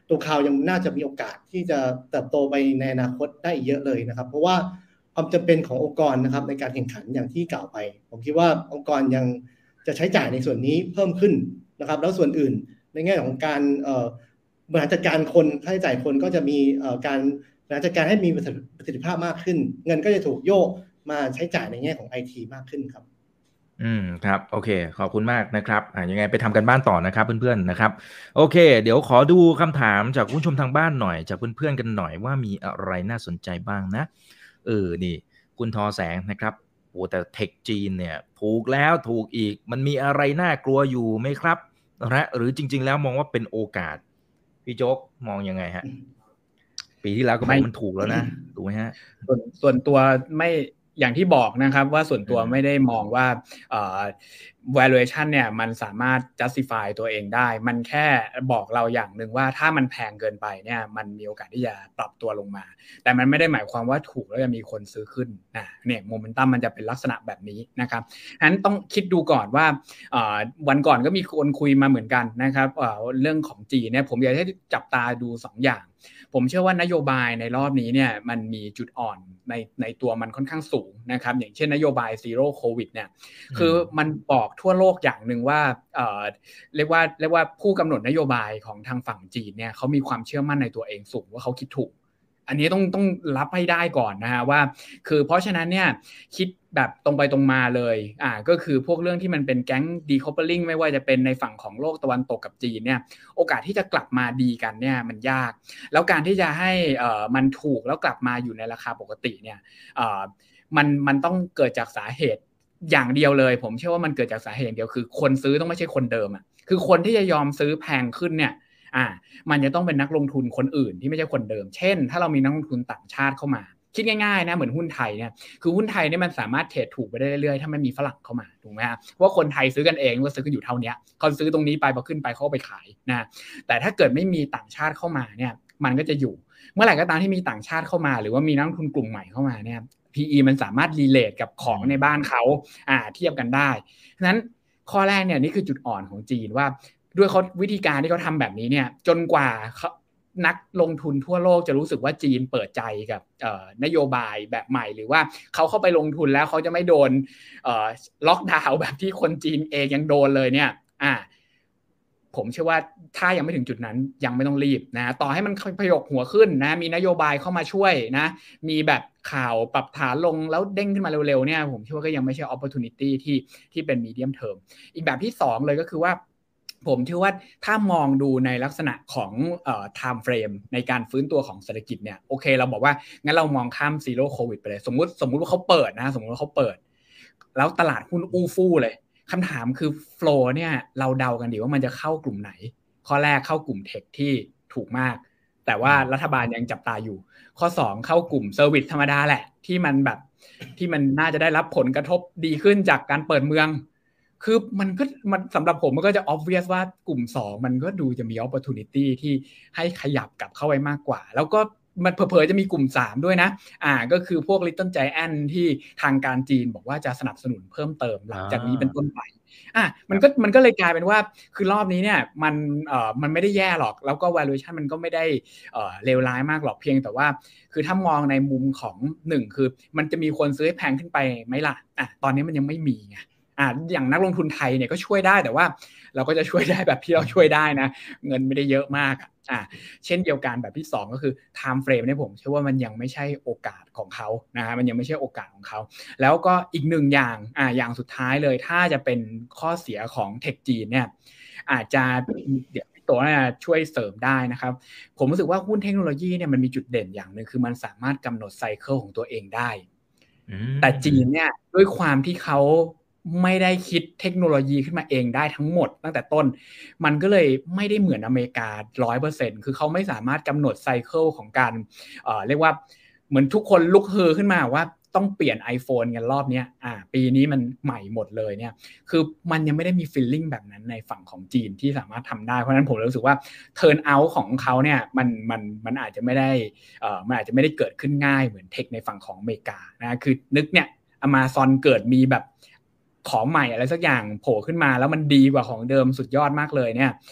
ตัวคลาวด์ยังน่าจะมีโอกาสที่จะเติบโตไปในอนาคตได้เยอะเลยนะครับเพราะว่าความจำเป็นขององค์กรนะครับในการแข่งขันอย่างที่กล่าวไปผมคิดว่าองค์กรยังจะใช้จ่ายในส่วนนี้เพิ่มขึ้นนะครับแล้วส่วนอื่นในแง่ของการบริหารจัดการคนค่าใช้จ่ายคนก็จะมีการบริหารจัดการให้มีประสิทธิภาพมากขึ้นเงินก็จะถูกโยกมาใช้จ่ายในแง่ของ ไอ ที มากขึ้นครับอืมครับโอเคขอบคุณมากนะครับอ่ายังไงไปทำกันบ้านต่อนะครับเพื่อนๆนะครับโอเคเดี๋ยวขอดูคำถามจากผู้ชมทางบ้านหน่อยจากเพื่อนๆกันหน่อยว่ามีอะไรน่าสนใจบ้างนะเออนี่คุณทอแสงนะครับโอ้แต่เทคจีนเนี่ยถูกแล้วถูกอีกมันมีอะไรน่ากลัวอยู่ไหมครับนะหรือจริงๆแล้วมองว่าเป็นโอกาสพี่โจ๊กมองยังไงฮะปีที่แล้วก็บอกมันถูกแล้วนะถูกไหมฮะส่วนส่วนตัวไม่อย่างที่บอกนะครับว่าส่วนตัวไม่ได้มองว่าเอ่อ valuation เนี่ยมันสามารถ justify ตัวเองได้มันแค่บอกเราอย่างนึงว่าถ้ามันแพงเกินไปเนี่ยมันมีโอกาสที่จะปรับตัวลงมาแต่มันไม่ได้หมายความว่าถูกแล้วจะมีคนซื้อขึ้นนะเนี่ยโมเมนตัมมันจะเป็นลักษณะแบบนี้นะครับฉะนั้นต้องคิดดูก่อนว่าเอ่อวันก่อนก็มีคนคุยมาเหมือนกันนะครับเอ่อเรื่องของจีนเนี่ยผมอยากให้จับตาดูสองอย่างผมเชื่อว่านโยบายในรอบนี้เนี่ยมันมีจุดอ่อนในในตัวมันค่อนข้างสูงนะครับอย่างเช่นนโยบายซีโร่โควิดเนี่ยคือมันบอกทั่วโลกอย่างนึงว่าเอ่อเรียกว่าเรียกว่าผู้กำหนดนโยบายของทางฝั่งจีนเนี่ยเขามีความเชื่อมั่นในตัวเองสูงว่าเขาคิดถูกอันนี้ต้องต้องรับให้ได้ก่อนนะฮะว่าคือเพราะฉะนั้นเนี่ยคิดแบบตรงไปตรงมาเลยอ่าก็คือพวกเรื่องที่มันเป็นแก๊ง decoupling ไม่ว่าจะเป็นในฝั่งของโลกตะวันตกกับจีนเนี่ยโอกาสที่จะกลับมาดีกันเนี่ยมันยากแล้วการที่จะให้เอ่อมันถูกแล้วกลับมาอยู่ในราคาปกติเนี่ยเอ่อมันมันต้องเกิดจากสาเหตุอย่างเดียวเลยผมเชื่อว่ามันเกิดจากสาเหตุอย่างเดียวคือคนซื้อต้องไม่ใช่คนเดิมอ่ะคือคนที่จะยอมซื้อแพงขึ้นเนี่ยอ่ามันจะต้องเป็นนักลงทุนคนอื่นที่ไม่ใช่คนเดิมเช่นถ้าเรามีนักลงทุนต่างชาติเข้ามาคิดง่ายๆนะเหมือนหุ้นไทยเนี่ยคือหุ้นไทยเนี่ยมันสามารถเทรดถูกไปได้เรื่อยๆถ้าไม่มีฝรั่งเข้ามาถูกไหมฮะว่าคนไทยซื้อกันเองก็ซื้อกันอยู่เท่านี้เขาซื้อตรงนี้ไปพอขึ้นไปเขาไปขายนะแต่ถ้าเกิดไม่มีต่างชาติเข้ามาเนี่ยมันก็จะอยู่เมื่อไหร่ก็ตามที่มีต่างชาติเข้ามาหรือว่ามีนักลงทุนกลุ่มใหม่เข้ามาเนี่ย พี อี มันสามารถรีเลทกับของในบ้านเขาอ่าเทียบกันได้ฉะนั้นข้อแรกเนี่ยนี่คือจุดอ่อนของจีนว่าด้วยเขาวิธีการที่เขาทำแบบนี้เนี่ยจนกว่านักลงทุนทั่วโลกจะรู้สึกว่าจีนเปิดใจกับนโยบายแบบใหม่หรือว่าเขาเข้าไปลงทุนแล้วเขาจะไม่โดนล็อกดาวน์แบบที่คนจีนเองยังโดนเลยเนี่ยอ่าผมเชื่อว่าถ้ายังไม่ถึงจุดนั้นยังไม่ต้องรีบนะต่อให้มันพยกหัวขึ้นนะมีนโยบายเข้ามาช่วยนะมีแบบข่าวปรับฐานลงแล้วเด้งขึ้นมาเร็วๆเนี่ยผมเชื่อว่าก็ยังไม่ใช่ opportunity ที่ที่เป็น medium term อีกแบบที่สองเลยก็คือว่าผมเชื่อว่าถ้ามองดูในลักษณะของเอ่อ time frame ในการฟื้นตัวของเศรษฐกิจเนี่ยโอเคเราบอกว่างั้นเรามองข้าม zero covid ไปเลยสมมุติสมมุติว่าเขาเปิดนะสมมุติว่าเขาเปิดแล้วตลาดหุ้นอู้ฟู่เลยคำถามคือ flow เนี่ยเราเดากันดีว่ามันจะเข้ากลุ่มไหนข้อแรกเข้ากลุ่มเทคที่ถูกมากแต่ว่ารัฐบาลยังจับตาอยู่ข้อสองเข้ากลุ่มเซอร์วิสธรรมดาแหละที่มันแบบที่มันน่าจะได้รับผลกระทบดีขึ้นจากการเปิดเมืองคือมันก็มันสำหรับผมมันก็จะ obvious ว่ากลุ่มสองมันก็ดูจะมี opportunity ที่ให้ขยับกลับเข้าไปมากกว่าแล้วก็มันเผลอๆจะมีกลุ่มสามด้วยนะอ่าก็คือพวก Little Giant ที่ทางการจีนบอกว่าจะสนับสนุนเพิ่มเติมหลังจากนี้เป็นต้นไปอ่ะมันก็มันก็เลยกลายเป็นว่าคือรอบนี้เนี่ยมันเอ่อมันไม่ได้แย่หรอกแล้วก็ valuation มันก็ไม่ได้เอ่อเลวร้ายมากหรอกเพียงแต่ว่าคือถ้ามองในมุมของหนึ่งคือมันจะมีคนซื้อให้แพงขึ้นไปไหมล่ะอ่ะตอนนี้มันยังไม่มีไงอ่ะอย่างนักลงทุนไทยเนี่ยก็ช่วยได้แต่ว่าเราก็จะช่วยได้แบบที่เราช่วยได้นะเงินไม่ได้เยอะมากอ่ะเช่นเดียวกันแบบที่สองก็คือ time frame เนี่ยผมเชื่อว่ามันยังไม่ใช่โอกาสของเขานะฮะมันยังไม่ใช่โอกาสของเขาแล้วก็อีกหนึ่งอย่างอ่ะอย่างสุดท้ายเลยถ้าจะเป็นข้อเสียของเทคจีนเนี่ยอาจจะเดี๋ยวพี่โตน่าช่วยเสริมได้นะครับผมรู้สึกว่าหุ้นเทคโนโลยีเนี่ยมันมีจุดเด่นอย่างนึงคือมันสามารถกำหนดไซเคิลของตัวเองได้แต่จีนเนี่ยด้วยความที่เขาไม่ได้คิดเทคโนโลยีขึ้นมาเองได้ทั้งหมดตั้งแต่ต้นมันก็เลยไม่ได้เหมือนอเมริกา ร้อยเปอร์เซ็นต์ คือเขาไม่สามารถกำหนดไซเคิลของการเอ่อเรียกว่าเหมือนทุกคนลุกฮือขึ้นมาว่าต้องเปลี่ยน iPhone กันรอบนี้อ่าปีนี้มันใหม่หมดเลยเนี่ยคือมันยังไม่ได้มี feeling แบบนั้นในฝั่งของจีนที่สามารถทำได้เพราะฉะนั้นผมรู้สึกว่า turn out ของเขาเนี่ยมันมันมันอาจจะไม่ได้เอ่อมันอาจจะไม่ได้เกิดขึ้นง่ายเหมือนเทคในฝั่งของอเมริกานะคือนึกเนี่ย Amazon เกิดมีแบบของใหม่อะไรสักอย่างโผล่ขึ้นมาแล้วมันดีกว่าของเดิมสุดยอดมากเลยเนี่ย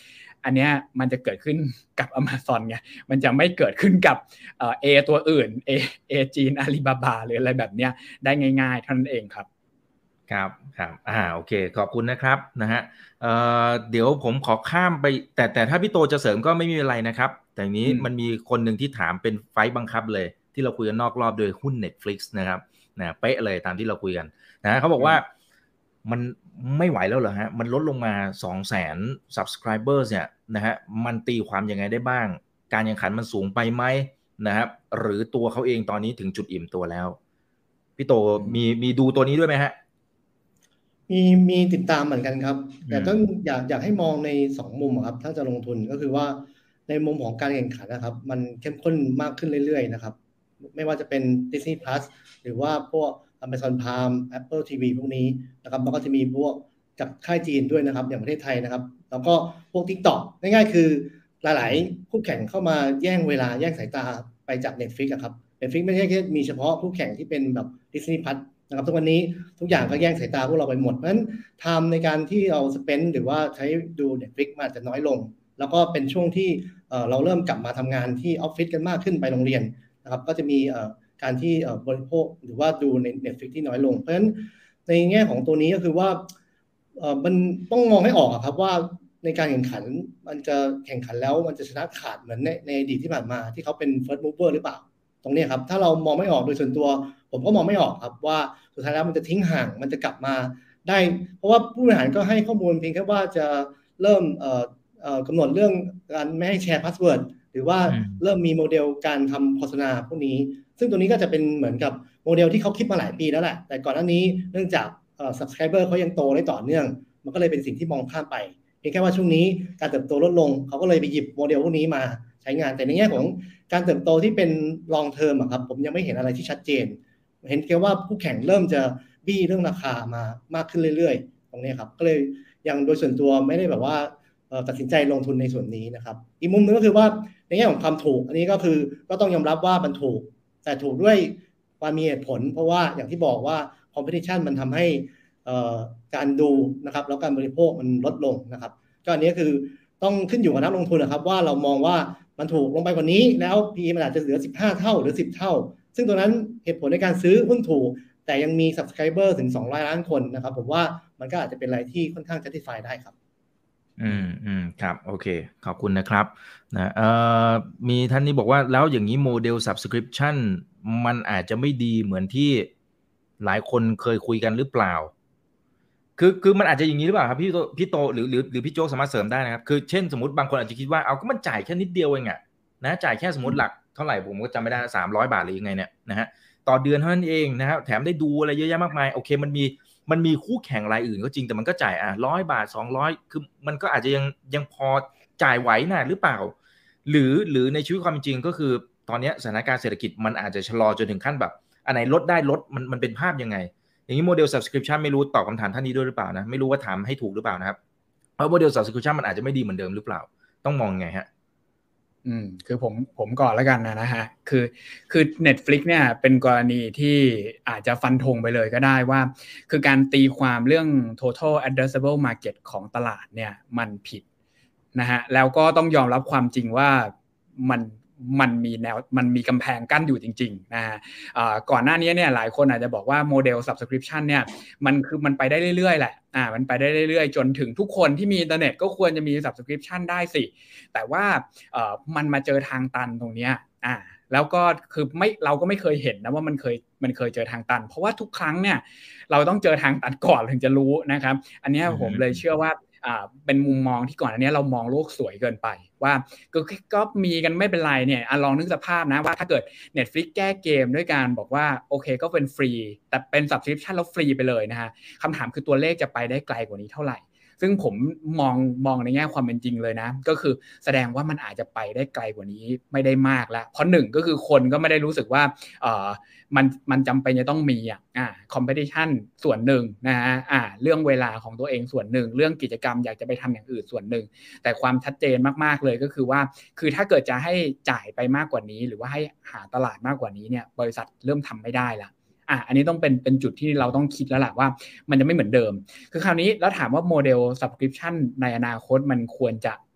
อันเนี้ยมันจะเกิดขึ้นกับ Amazon ไงมันจะไม่เกิดขึ้นกับเอ่อ A ตัวอื่น A A จีน Alibaba หรืออะไรแบบเนี้ยได้ง่ายๆเท่านั้นเองครับครับครับอ่าโอเคขอบคุณนะครับนะฮะเอ่อเดี๋ยวผมขอข้ามไปแต่แต่ถ้าพี่โตจะเสริมก็ไม่มีอะไรนะครับแต่นี้มันมีคนหนึ่งที่ถามเป็นไฟต์บังคับเลยที่เราคุยกันนอกรอบโดยหุ้น Netflix นะครับนะเป๊ะเลยตามที่เราคุยกันนะเขาบอกว่ามันไม่ไหวแล้วเหรอฮะมันลดลงมา สองแสน subscribers เนี่ยนะฮะมันตีความยังไงได้บ้างการแข่งขันมันสูงไปไหมนะครับหรือตัวเขาเองตอนนี้ถึงจุดอิ่มตัวแล้วพี่โตมีมีดูตัวนี้ด้วยไหมฮะมีมีติดตามเหมือนกันครับแต่ต้องอยากอยากให้มองในสองมุมครับถ้าจะลงทุนก็คือว่าในมุมของการแข่งขันนะครับมันเข้มข้นมากขึ้นเรื่อยๆนะครับไม่ว่าจะเป็น Disney Plus หรือว่าพวก Amazon Prime Apple ที วี พวกนี้นะครับแล้วก็จะมีพวกจากค่ายจีนด้วยนะครับอย่างประเทศไทยนะครับแล้วก็พวก TikTok ง่ายๆคือหลายๆคู่แข่งเข้ามาแย่งเวลาแย่งสายตาไปจาก Netflix อะครับ Netflix ไม่ใช่แค่มีเฉพาะคู่แข่งที่เป็นแบบ Disney Plusนะครับทุกวันนี้ทุกอย่างก็แย่งสายตาพวกเราไปหมดเพราะฉะนั้นไทม์ในการที่เราสเปนหรือว่าใช้ดู Netflix มันอาจจะน้อยลงแล้วก็เป็นช่วงที่เราเริ่มกลับมาทำงานที่ออฟฟิศกันมากขึ้นไปโรงเรียนนะครับก็จะมีการที่บริโภคหรือว่าดูใน Netflix ที่น้อยลงเพราะฉะนั้นในแง่ของตัวนี้ก็คือว่ามันต้องมองให้ออกครับว่าในการแข่งขันมันจะแข่งขันแล้วมันจะชนะขาดเหมือนในในอดีตที่ผ่านมาที่เขาเป็น first mover หรือเปล่าตรงนี้ครับถ้าเรามองไม่ออกโดยส่วนตัวผมก็มองไม่ออกครับว่าสุดท้ายแล้วมันจะทิ้งห่างมันจะกลับมาได้เพราะว่าผู้บริหารก็ให้ข้อมูลเพียงแค่ว่าจะเริ่มเอ่อเอ่อกำหนดเรื่องการไม่ให้แชร์พาสเวิร์ดหรือว่าเริ่มมีโมเดลการทำโฆษณาพวกนี้ซึ่งตัวนี้ก็จะเป็นเหมือนกับโมเดลที่เขาคิดมาหลายปีแล้วแหละแต่ก่อนหน้านี้เนื่องจากเอ่อ subscriber เขายังโตได้ต่อเนื่องมันก็เลยเป็นสิ่งที่มองข้ามไปเพียงแค่ว่าช่วงนี้การเติบโตลดลงเขาก็เลยไปหยิบโมเดลพวกนี้มาใช้งานแต่ในแง่ของการเติบโตที่เป็น long term อะครับผมยังไม่เห็นอะไรที่ชัดเจนเห็นแค่ว่าผู้แข่งเริ่มจะบี้เรื่องราคามามากขึ้นเรื่อยๆตรงนี้ครับก็เลยยังโดยส่วนตัวไม่ได้แบบว่าตัดสินใจลงทุนในส่วนนี้นะครับอีกมุมนึงก็คือว่าในแง่ของความถูกอันนี้ก็คือก็ต้องยอมรับว่ามันถูกแต่ถูกด้วยความมีเหตุผลเพราะว่าอย่างที่บอกว่า competition มันทำให้การดูนะครับแล้วการบริโภคมันลดลงนะครับก็อันนี้คือต้องขึ้นอยู่กับนักลงทุนนะครับว่าเรามองว่ามันถูกลงไปกว่านี้แล้ว พี อี มันอาจจะเหลือสิบห้าเท่าหรือสิบเท่าซึ่งตรงนั้นเหตุผลในการซื้อหุ้นถูกแต่ยังมี subscriber ถึงสองร้อยล้านคนนะครับผมว่ามันก็อาจจะเป็นอะไรที่ค่อนข้าง justify ได้ครับอืมอืมครับโอเคขอบคุณนะครับนะเอ่อมีท่านนี้บอกว่าแล้วอย่างนี้โมเดล subscription มันอาจจะไม่ดีเหมือนที่หลายคนเคยคุยกันหรือเปล่าคือคือมันอาจจะอย่างนี้หรือเปล่าครับพี่โตพี่โตหรือหรือหรือพี่โจสามารถเสริมได้นะครับคือเช่นสมมติบางคนอาจจะคิดว่าเอาก็มันจ่ายแค่นิดเดียวเองอะนะจ่ายแค่สมมติหลักเท่าไหร่ผมก็จำไม่ได้สามร้อยบาทหรือยังไงเนี่ยนะฮะต่อเดือนเท่านั้นเองนะครับแถมได้ดูอะไรเยอะแยะมากมายโอเคมันมีมันมีคู่แข่งรายอื่นก็จริงแต่มันก็จ่ายอ่ะร้อยบาทสองร้อยคือมันก็อาจจะยังยังพอจ่ายไหวน่ะหรือเปล่าหรือหรือในชีวิตความจริงก็คือตอนนี้สถานการณ์เศรษฐกิจมันอาจจะชะลอจนถึงขั้นแบบอันไหนลดได้ลดมันมันเป็นภาพยังไงอย่างนี้โมเดล subscription ไม่รู้ตอบคำถามท่านนี้ด้วยหรือเปล่านะไม่รู้ว่าถามให้ถูกหรือเปล่านะครับเพราะโมเดล subscription มันอาจจะไม่ดีเหมือนเดิมหรือเปล่าต้องมองไงฮะอืมคือผมผมก่อนแล้วกันนะนะฮะคือคือ Netflix เนี่ยเป็นกรณีที่อาจจะฟันธงไปเลยก็ได้ว่าคือการตีความเรื่อง total addressable market ของตลาดเนี่ยมันผิดนะฮะแล้วก็ต้องยอมรับความจริงว่ามันมันมีแนวมันมีกำแพงกั้นอยู่จริงๆนะฮะก่อนหน้านี้เนี่ยหลายคนอาจจะบอกว่าโมเดล subscription เนี่ยมันคือมันไปได้เรื่อยๆแหละอ่ามันไปได้เรื่อยๆจนถึงทุกคนที่มีอินเทอร์เน็ตก็ควรจะมี subscription ได้สิแต่ว่าเอ่อมันมาเจอทางตันตรงเนี้ยอ่าแล้วก็คือไม่เราก็ไม่เคยเห็นนะว่ามันเคยมันเคยเจอทางตันเพราะว่าทุกครั้งเนี่ยเราต้องเจอทางตันก่อนถึงจะรู้นะครับอันนี้ผมเลยเชื่อว่าอ่าเป็นมุมมองที่ก่อนอันนี้เรามองโลกสวยเกินไปว่าก็ก็มีกันไม่เป็นไรเนี่ยอ่ะลองนึกสภาพนะว่าถ้าเกิด Netflix แก้เกมด้วยการบอกว่าโอเคก็เป็นฟรีแต่เป็น subscription แล้วฟรีไปเลยนะฮะคำถามคือตัวเลขจะไปได้ไกลกว่านี้เท่าไหร่ซึ่งผมมองมองในแง่ความเป็นจริงเลยนะก็คือแสดงว่ามันอาจจะไปได้ไกลกว่านี้ไม่ได้มากแล้วเพราะหนึ่งก็คือคนก็ไม่ได้รู้สึกว่าเอ่อมันมันจำเป็นจะต้องมีอ่ะอ่า competition ส่วนหนึ่งนะฮะอ่าเรื่องเวลาของตัวเองส่วนหนึ่งเรื่องกิจกรรมอยากจะไปทำอย่างอื่นส่วนหนึ่งแต่ความชัดเจนมากๆเลยก็คือว่าคือถ้าเกิดจะให้จ่ายไปมากกว่านี้หรือว่าให้หาตลาดมากกว่านี้เนี่ยบริษัทเริ่มทำไม่ได้ละอ่ะอันนี้ต้องเป็นเป็นจุดที่เราต้องคิดแล้วแหละว่ามันจะไม่เหมือนเดิมคือคราวนี้แล้วถามว่าโมเดล subscription ในอนาคตมันควรจะเป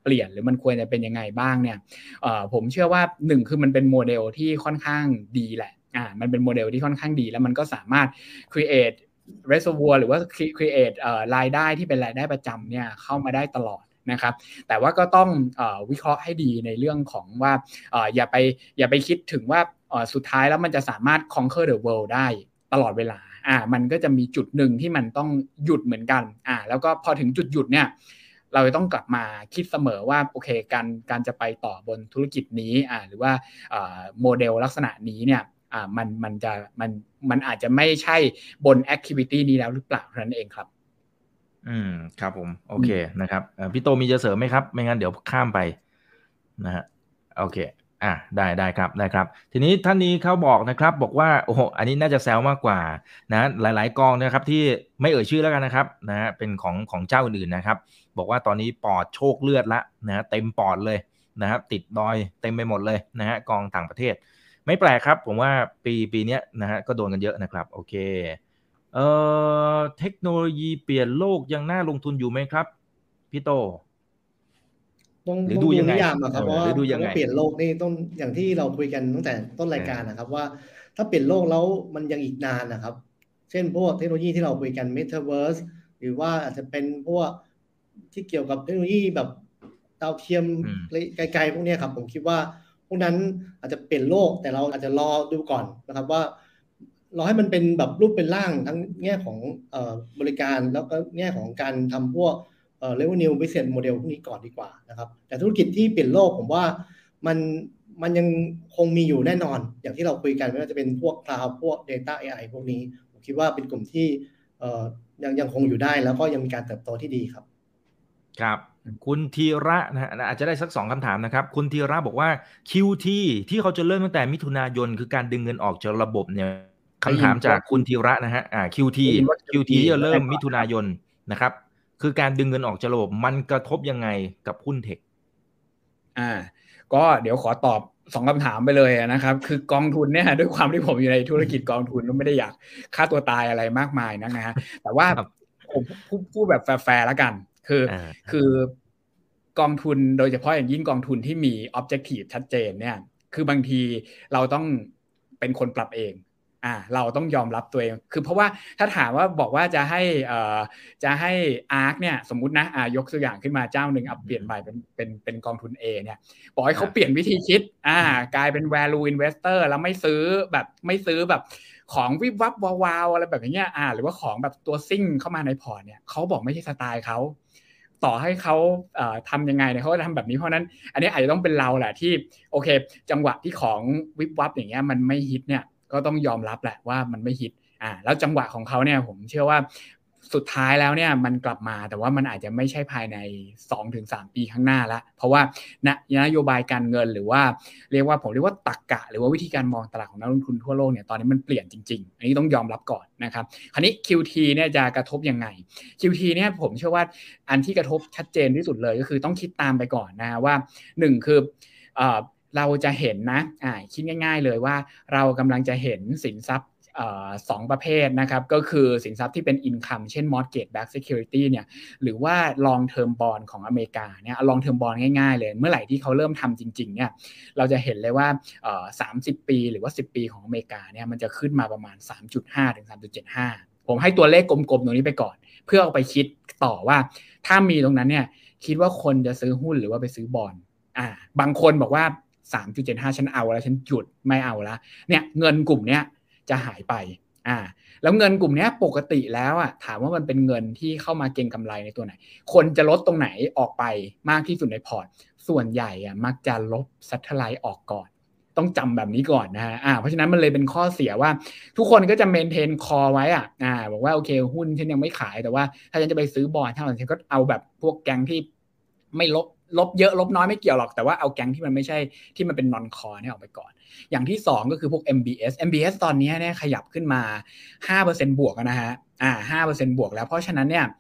ลี่ยนหรือมันควรจะเป็นยังไงบ้างเนี่ยเอ่อผมเชื่อว่าหนึ่งคือมันเป็นโมเดลที่ค่อนข้างดีแหละอ่ามันเป็นโมเดลที่ค่อนข้างดีแล้วมันก็สามารถ create reservoir หรือว่า create เอ่อรายได้ที่เป็นรายได้ประจำเนี่ยเข้ามาได้ตลอดนะครับแต่ว่าก็ต้องเอ่อวิเคราะห์ให้ดีในเรื่องของว่าเอ่ออย่าไปอย่าไปคิดถึงว่าเอ่อสุดท้ายแล้วมันจะสามารถ conquer the world ได้ตลอดเวลาอ่ามันก็จะมีจุดหนึ่งที่มันต้องหยุดเหมือนกันอ่าแล้วก็พอถึงจุดหยุดเนี่ยเราจะต้องกลับมาคิดเสมอว่าโอเคการการจะไปต่อบนธุรกิจนี้อ่าหรือว่าอ่าโมเดลลักษณะนี้เนี่ยอ่ามันมันจะมันมันอาจจะไม่ใช่บน activity นี้แล้วหรือเปล่าเท่านั้นเองครับอืมครับผมโอเคนะครับพี่โตมีจะเสริมไหมครับไม่งั้นเดี๋ยวข้ามไปนะฮะโอเคอ่ะได้ได้ครับได้ครับทีนี้ท่านนี้เขาบอกนะครับบอกว่าโอ้โหอันนี้น่าจะแซวมากกว่านะหลายๆกองนะครับที่ไม่เอ่ยชื่อแล้วกันนะครับนะฮะเป็นของของเจ้าอื่นๆนะครับบอกว่าตอนนี้ปอดโชคเลือดละนะฮะเต็มปอดเลยนะครับติดดอยเต็มไปหมดเลยนะฮะกองต่างประเทศไม่แปลกครับผมว่าปีปีนี้นะฮะก็โดนกันเยอะนะครับโอเคเอ่อเทคโนโลยีเปลี่ยนโลกยังน่าลงทุนอยู่ไหมครับพี่โตต้องหรือต้องดูดูยังไงนิยามอะครับเอเพอราะหว่ารือดูยังคำไงว่าเปลี่ยนโลกนี่ต้องอย่างที่เราคุยกันตั้งแต่ต้นรายการนะครับว่าถ้าเปลี่ยนโลกแล้วมันยังอีกนานนะครับเช่นพวกเทคโนโลยีที่เราคุยกัน Metaverse หรือว่าอาจจะเป็นพวกที่เกี่ยวกับเทคโนโลยีแบบดาวเทียมอืมไกลๆพวกเนี้ยครับผมคิดว่าพวกนั้นอาจจะเปลี่ยนโลกแต่เราอาจจะรอดูก่อนนะครับว่ารอให้มันเป็นแบบรูปเป็นร่างทั้งแง่ของเอ่อบริการแล้วก็แง่ของการทำพวกเอ่อ revenue business model พวกนี้ก่อนดีกว่านะครับแต่ธุรกิจที่เปลี่ยนโลกผมว่ามันมันยังคงมีอยู่แน่นอนอย่างที่เราคุยกันไม่ว่าจะเป็นพวก cloud พวก data เอ ไอ พวกนี้ผมคิดว่าเป็นกลุ่มที่เอ่อยังยังคงอยู่ได้แล้วก็ยังมีการเติบโตที่ดีครับครับคุณธีระนะฮะอาจจะได้สักสองคำถามนะครับคุณธีระบอกว่า คิว ที ที่เขาจะเริ่มตั้งแต่มิถุนายนคือการดึงเงินออกจากระบบเนี่ยคำถามจากคุณธีระนะฮะอ่า คิว ที คิว ที ที่จะเริ่มมิถุนายนนะครับคือการดึงเงินออกจากระบบมันกระทบยังไงกับหุ้นเทคอ่าก็เดี๋ยวขอตอบสองคำถามไปเลยนะครับคือกองทุนเนี่ยด้วยความที่ผมอยู่ในธุรกิจกองทุนก็ไม่ได้อยากฆ่าตัวตายอะไรมากมายนะฮะแต่ว่าผมพูดแบบแฟร์ๆแล้วกันคือคือกองทุนโดยเฉพาะอย่างยิ่งกองทุนที่มี objective ชัดเจนเนี่ยคือบางทีเราต้องเป็นคนปรับเองอ่าเราต้องยอมรับตัวเองคือเพราะว่าถ้าถามว่าบอกว่าจะให้เอ่อจะให้ อาร์ ซี เนี่ยสมมุตินะอ่ายกตัวอย่างขึ้นมาเจ้าหนึ่งเอาเปลี่ยนใหม่เป็นเป็นเป็นกองทุน A เนี่ยบอกให้เขาเปลี่ยนวิธีคิดอ่ากลายเป็น value investor แล้วไม่ซื้อแบบไม่ซื้อแบบของวิบวับวาวๆอะไรแบบนี้อ่าหรือว่าของแบบตัวซิ่งเข้ามาในพอร์ตเนี่ยเขาบอกไม่ใช่สไตล์เขาต่อให้เขาเอ่อทำยังไงเนี่ยเขาจะทำแบบนี้เพราะนั้นอันนี้อาจจะต้องเป็นเราแหละที่โอเคจังหวะที่ของวิบวับอย่างเงี้ยมันไม่ฮิตเนี่ยก็ต้องยอมรับแหละว่ามันไม่ฮิตอ่าแล้วจังหวะของเขาเนี่ยผมเชื่อว่าสุดท้ายแล้วเนี่ยมันกลับมาแต่ว่ามันอาจจะไม่ใช่ภายใน สองถึงสาม ปีข้างหน้าละเพราะว่านโยบายการเงินหรือว่าเรียกว่าผมเรียกว่าตรรกะหรือว่าวิธีการมองตลาดของนักลงทุนทั่วโลกเนี่ยตอนนี้มันเปลี่ยนจริงๆอันนี้ต้องยอมรับก่อนนะครับคราวนี้ คิว ที เนี่ยจะกระทบยังไง คิว ที เนี่ยผมเชื่อว่าอันที่กระทบชัดเจนที่สุดเลยก็คือต้องคิดตามไปก่อนนะว่าหนึ่งคือเอ่อเราจะเห็นนะอ่าคิดง่ายๆเลยว่าเรากำลังจะเห็นสินทรัพย์สองประเภทนะครับก็คือสินทรัพย์ที่เป็น income เช่น mortgage backed security เนี่ยหรือว่า long term bond ของอเมริกาเนี่ย long term bond ง่ายๆเลยเมื่อไหร่ที่เขาเริ่มทำจริงๆเนี่ยเราจะเห็นเลยว่าสามสิบปีหรือว่าสิบปีของอเมริกาเนี่ยมันจะขึ้นมาประมาณ สามจุดห้า ถึง สามจุดเจ็ดห้า ผมให้ตัวเลขกลมๆตรงนี้ไปก่อนเพื่อเอาไปคิดต่อว่าถ้ามีตรงนั้นเนี่ยคิดว่าคนจะซื้อหุ้นหรือว่าไปซื้อบอนด์อ่าบางคนบอกว่า สามจุดเจ็ดห้า ฉันเอาแล้วฉันหยุดไม่เอาแล้วเนี่ยเงินกลุ่มเนี้ยจะหายไปอ่าแล้วเงินกลุ่มนี้ปกติแล้วอ่ะถามว่ามันเป็นเงินที่เข้ามาเก็งกำไรในตัวไหนคนจะลดตรงไหนออกไปมากที่สุดในพอร์ตส่วนใหญ่อ่ะมักจะลบซัทเทไลท์ออกก่อนต้องจำแบบนี้ก่อนนะฮะอ่าเพราะฉะนั้นมันเลยเป็นข้อเสียว่าทุกคนก็จะเมนเทนคอไว้อ่ะอ่าบอกว่าโอเคหุ้นฉันยังไม่ขายแต่ว่าถ้าฉันจะไปซื้อบอนด์ถ้าฉันก็เอาแบบพวกแก๊งที่ไม่ลบลบเยอะลบน้อยไม่เกี่ยวหรอกแต่ว่าเอาแก๊งที่มันไม่ใช่ที่มันเป็นนอนคอเนี่ยออกไปก่อนอย่างที่สองก็คือพวก เอ็ม บี เอส เอ็ม บี เอส ตอนนี้เนี่ยขยับขึ้นมา ห้าเปอร์เซ็นต์ บวกนะฮะอ่า ห้าเปอร์เซ็นต์ บวกแล้วเพราะฉะนั้นเนี่ย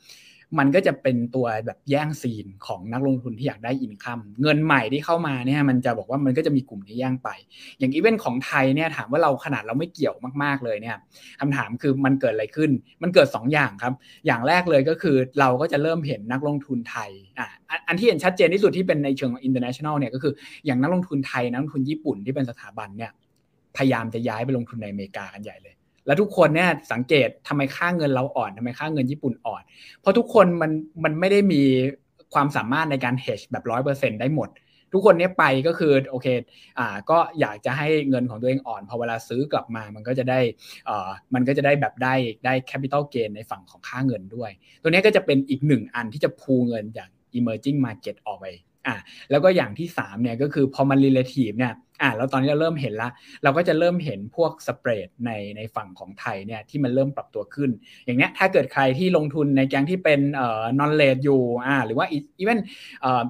มันก็จะเป็นตัวแบบแย่งซีนของนักลงทุนที่อยากได้อินคัมเงินใหม่ที่เข้ามาเนี่ยมันจะบอกว่ามันก็จะมีกลุ่มที่แย่งไปอย่างอีเวนต์ของไทยเนี่ยถามว่าเราขนาดเราไม่เกี่ยวมากๆเลยเนี่ยคำถามคือมันเกิดอะไรขึ้นมันเกิดสองอย่างครับอย่างแรกเลยก็คือเราก็จะเริ่มเห็นนักลงทุนไทยอ่ะอันที่เห็นชัดเจนที่สุดที่เป็นในเชิง international เนี่ยก็คืออย่างนักลงทุนไทยนักลงทุนญี่ปุ่นที่เป็นสถาบันเนี่ยพยายามจะย้ายไปลงทุนในอเมริกากันใหญ่เลยแล้วทุกคนเนี่ยสังเกตทำไมค่าเงินเราอ่อนทำไมค่าเงินญี่ปุ่นอ่อนเพราะทุกคนมันมันไม่ได้มีความสามารถในการ hedge แบบ ร้อยเปอร์เซ็นต์ ได้หมดทุกคนเนี่ยไปก็คือโอเคอ่าก็อยากจะให้เงินของตัวเองอ่อนพอเวลาซื้อกลับมามันก็จะได้อ่ามันก็จะได้แบบได้ได้ capital gain ในฝั่งของค่าเงินด้วยตัวนี้ก็จะเป็นอีกหนึ่งอันที่จะพูเงินจาก emerging market ออกไปอ่ะแล้วก็อย่างที่สามเนี่ยก็คือพอมัน relative เนี่ยอ่ะแล้วตอนนี้เราเริ่มเห็นละเราก็จะเริ่มเห็นพวกสเปรดในในฝั่งของไทยเนี่ยที่มันเริ่มปรับตัวขึ้นอย่างเนี้ยถ้าเกิดใครที่ลงทุนในแกงที่เป็นเอ่อ non rate อยู่อ่าหรือว่า even เอ่อ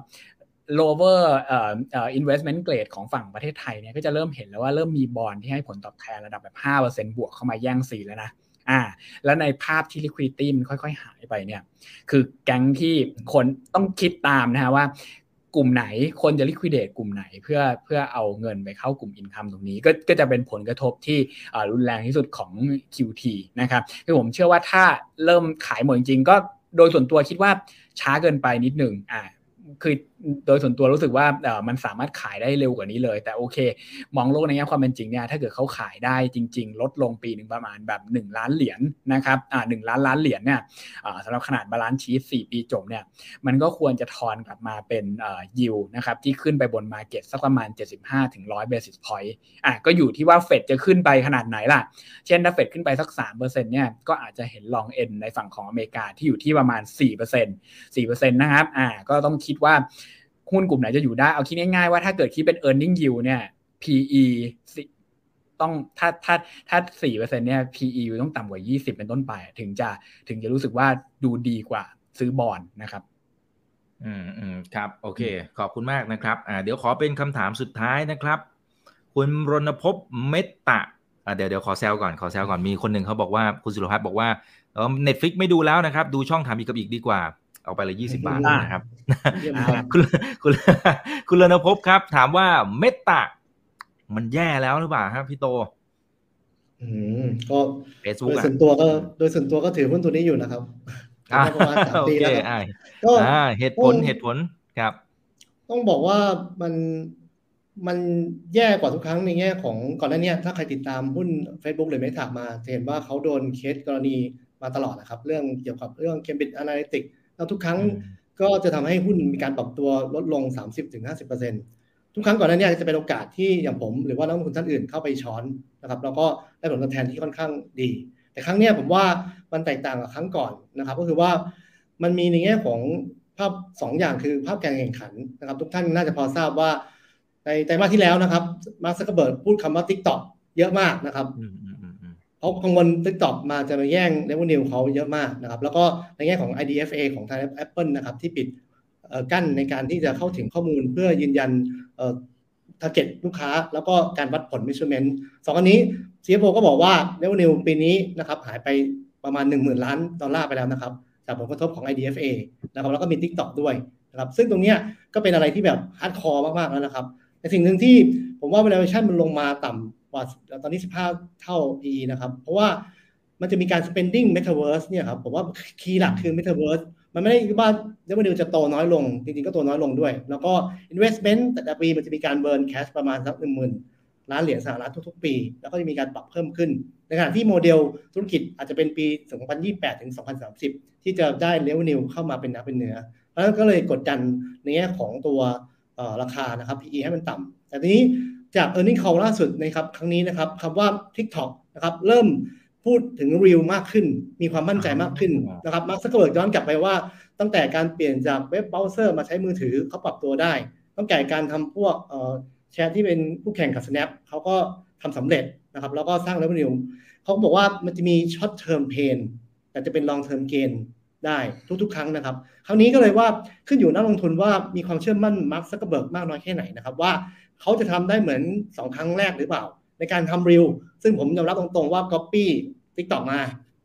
lower เอ่อเอ่อ investment grade ของฝั่งประเทศไทยเนี่ยก็จะเริ่มเห็นแล้วว่าเริ่มมีบอนด์ที่ให้ผลตอบแทนระดับแบบ ห้าเปอร์เซ็นต์ บวกเข้ามาแย่งซีนแล้วนะอ่าแล้วในภาพที่ liquidity มันค่อยๆหายไปเนี่ยคือแก๊งที่คนต้องคิดตามนะฮะว่ากลุ่มไหนคนจะ liquidate กลุ่มไหนเพื่อเพื่อเอาเงินไปเข้ากลุ่ม income ตรงนี้ก็ก็จะเป็นผลกระทบที่อ่ารุนแรงที่สุดของ คิว ที นะครับคือผมเชื่อว่าถ้าเริ่มขายหมดจริงๆก็โดยส่วนตัวคิดว่าช้าเกินไปนิดนึงอ่าคือโดยส่วนตัวรู้สึกว่าเอ่อมันสามารถขายได้เร็วกว่านี้เลยแต่โอเคมองโลกในแง่ความเป็นจริงเนี่ยถ้าเกิดเขาขายได้จริงๆลดลงปีนึงประมาณแบบหนึ่งล้านเหรียญนะครับอ่าหนึ่งล้านล้านเหรียญเนี่ยอ่าสำหรับขนาดบาลานซ์ชีทสี่ปีจบเนี่ยมันก็ควรจะทอนกลับมาเป็นเอ่อยิลด์นะครับที่ขึ้นไปบนมาร์เก็ตสักประมาณ เจ็ดสิบห้าถึงหนึ่งร้อย basis point อ่ะก็อยู่ที่ว่าเฟดจะขึ้นไปขนาดไหนล่ะเช่นถ้าเฟดขึ้นไปสัก สามเปอร์เซ็นต์ เนี่ยก็อาจจะเห็นลองเอ็นในฝั่งของอเมริกาที่อยู่ที่ประมาณ สี่เปอร์เซ็นต์ สี่เปอร์เซ็นต์ นะครับอ่าก็ต้องคิดว่าหุ้นกลุ่มไหนจะอยู่ได้เอาคิดง่ายๆว่าถ้าเกิดคิดเป็น earning yield เนี่ย พี อี ต้องถ้าถ้าถ้า สี่เปอร์เซ็นต์ เนี่ย พี อี ต้องต่ำกว่ายี่สิบเป็นต้นไปถึงจะถึงจะรู้สึกว่าดูดีกว่าซื้อบอนด์นะครับอืมอืมครับโอเคขอบคุณมากนะครับอ่าเดี๋ยวขอเป็นคำถามสุดท้ายนะครับคุณรณพพเมตตะอ่าเดี๋ยวเดี๋ยวขอแซวก่อนขอแซวก่อนมีคนหนึ่งเขาบอกว่าคุณสุรพัฒน์บอกว่าเออ Netflix ไม่ดูแล้วนะครับดูช่องถามอีกกับอีกดีกว่าเอาไปเลยยี่สิบบาทนะครับคุณคุณคุณรณพพครับถามว่าเมตตามันแย่แล้วหรือเปล่าครับพี่โตอืมก็ Facebook โดยส่วนตัวก็โดยส่วนตัวก็ถือหุ้นตัวนี้อยู่นะครับประมาณสามปีแล้วครับก็เหตุผลเหตุผลครับต้องบอกว่ามันมันแย่กว่าทุกครั้งในแง่ของก่อนหน้านี้ถ้าใครติดตามหุ้น Facebook หรือ Meta มาจะเห็นว่าเขาโดนเคสกรณีมาตลอดนะครับเรื่องเกี่ยวกับเรื่อง Cambridge Analytica แล้วทุกครั้งก็จะทำให้หุ้นมีการปรับตัวลดลง สามสิบถึงห้าสิบเปอร์เซ็นต์ ทุกครั้งก่อนหน้านี้จะเป็นโอกาสที่อย่างผมหรือว่านักลงทุนท่านอื่นเข้าไปช้อนนะครับแล้วก็ได้ผลตอบแทนที่ค่อนข้างดีแต่ครั้งนี้ผมว่ามันแตกต่างกับครั้งก่อนนะครับก็คือว่ามันมีในแง่ของภาพสองอย่างคือภาพการแข่งขันนะครับทุกท่านน่าจะพอทราบว่าในไตรมาสที่แล้วนะครับมาร์ค ซักเคอร์เบิร์กพูดคำว่า TikTok เยอะมากนะครับเขากังวล TikTok มาจะมาแย่ง revenue เขาเยอะมากนะครับแล้วก็ในแง่ของ ไอ ดี เอฟ เอ ของทาง Apple นะครับที่ปิดกั้นในการที่จะเข้าถึงข้อมูลเพื่อยืนยันเอ่อ target ลูกค้าแล้วก็การวัดผล measurement สองอันนี้ ซี เอฟ โอ ก็บอกว่า revenue ปีนี้นะครับหายไปประมาณ หนึ่งหมื่น ล้านดอลลาร์ไปแล้วนะครับจากผลกระทบของ ไอ ดี เอฟ เอ นะครับแล้วก็มี TikTok ด้วยนะครับซึ่งตรงนี้ก็เป็นอะไรที่แบบ hard core มากๆแล้วนะครับแต่สิ่งหนึ่งที่ผมว่า valuation มันลงมาต่ำกว่าตอนนี้สิบห้าเท่า พี อี นะครับเพราะว่ามันจะมีการ spending metaverse เนี่ยครับผมว่าคีย์หลักคือ metaverse มันไม่ได้ว่า revenue จะโตน้อยลงจริงๆก็โตน้อยลงด้วยแล้วก็ investment แต่ละปีมันจะมีการ burn cash ประมาณสัก หนึ่งหมื่น ล้านเหรียญสหรัฐทุกๆปีแล้วก็จะมีการปรับเพิ่มขึ้นในขณะที่โมเดลธุรกิจอาจจะเป็นปีสองพันยี่สิบแปดถึงสองพันสามสิบที่จะได้ revenue เข้ามาเป็นน้ำเป็นเนื้อเพราะฉะนั้นก็เลยกดดันในแง่ของตัวราคานะครับ พี อี ให้มันต่ำแต่ทีนี้จาก earning call ล่าสุดนะครับครั้งนี้นะครับคำว่า TikTok นะครับเริ่มพูดถึง Reel มากขึ้นมีความมั่นใจมากขึ้นนะครับมาร์ค ซักเคอร์เบิร์กย้อนกลับไปว่าตั้งแต่การเปลี่ยนจากเว็บเบราว์เซอร์มาใช้มือถือเขาปรับตัวได้ตั้งแต่การทำพวกเอ่อแชร์ที่เป็นคู่แข่งกับ Snap เขาก็ทำสำเร็จนะครับแล้วก็สร้าง revenue เขาบอกว่ามันจะมี short term pain แต่จะเป็น long term gain ได้ทุกๆครั้งนะครับคราวนี้ก็เลยว่าขึ้นอยู่นักลงทุนว่ามีความเชื่อมั่นมาร์ค ซักเคอร์เบิร์กมากน้อยแค่ไหนนะครับว่าเขาจะทำได้เหมือนสองครั้งแรกหรือเปล่าในการทำ Reel ซึ่งผมยอมรับตรงๆว่า copy TikTok มา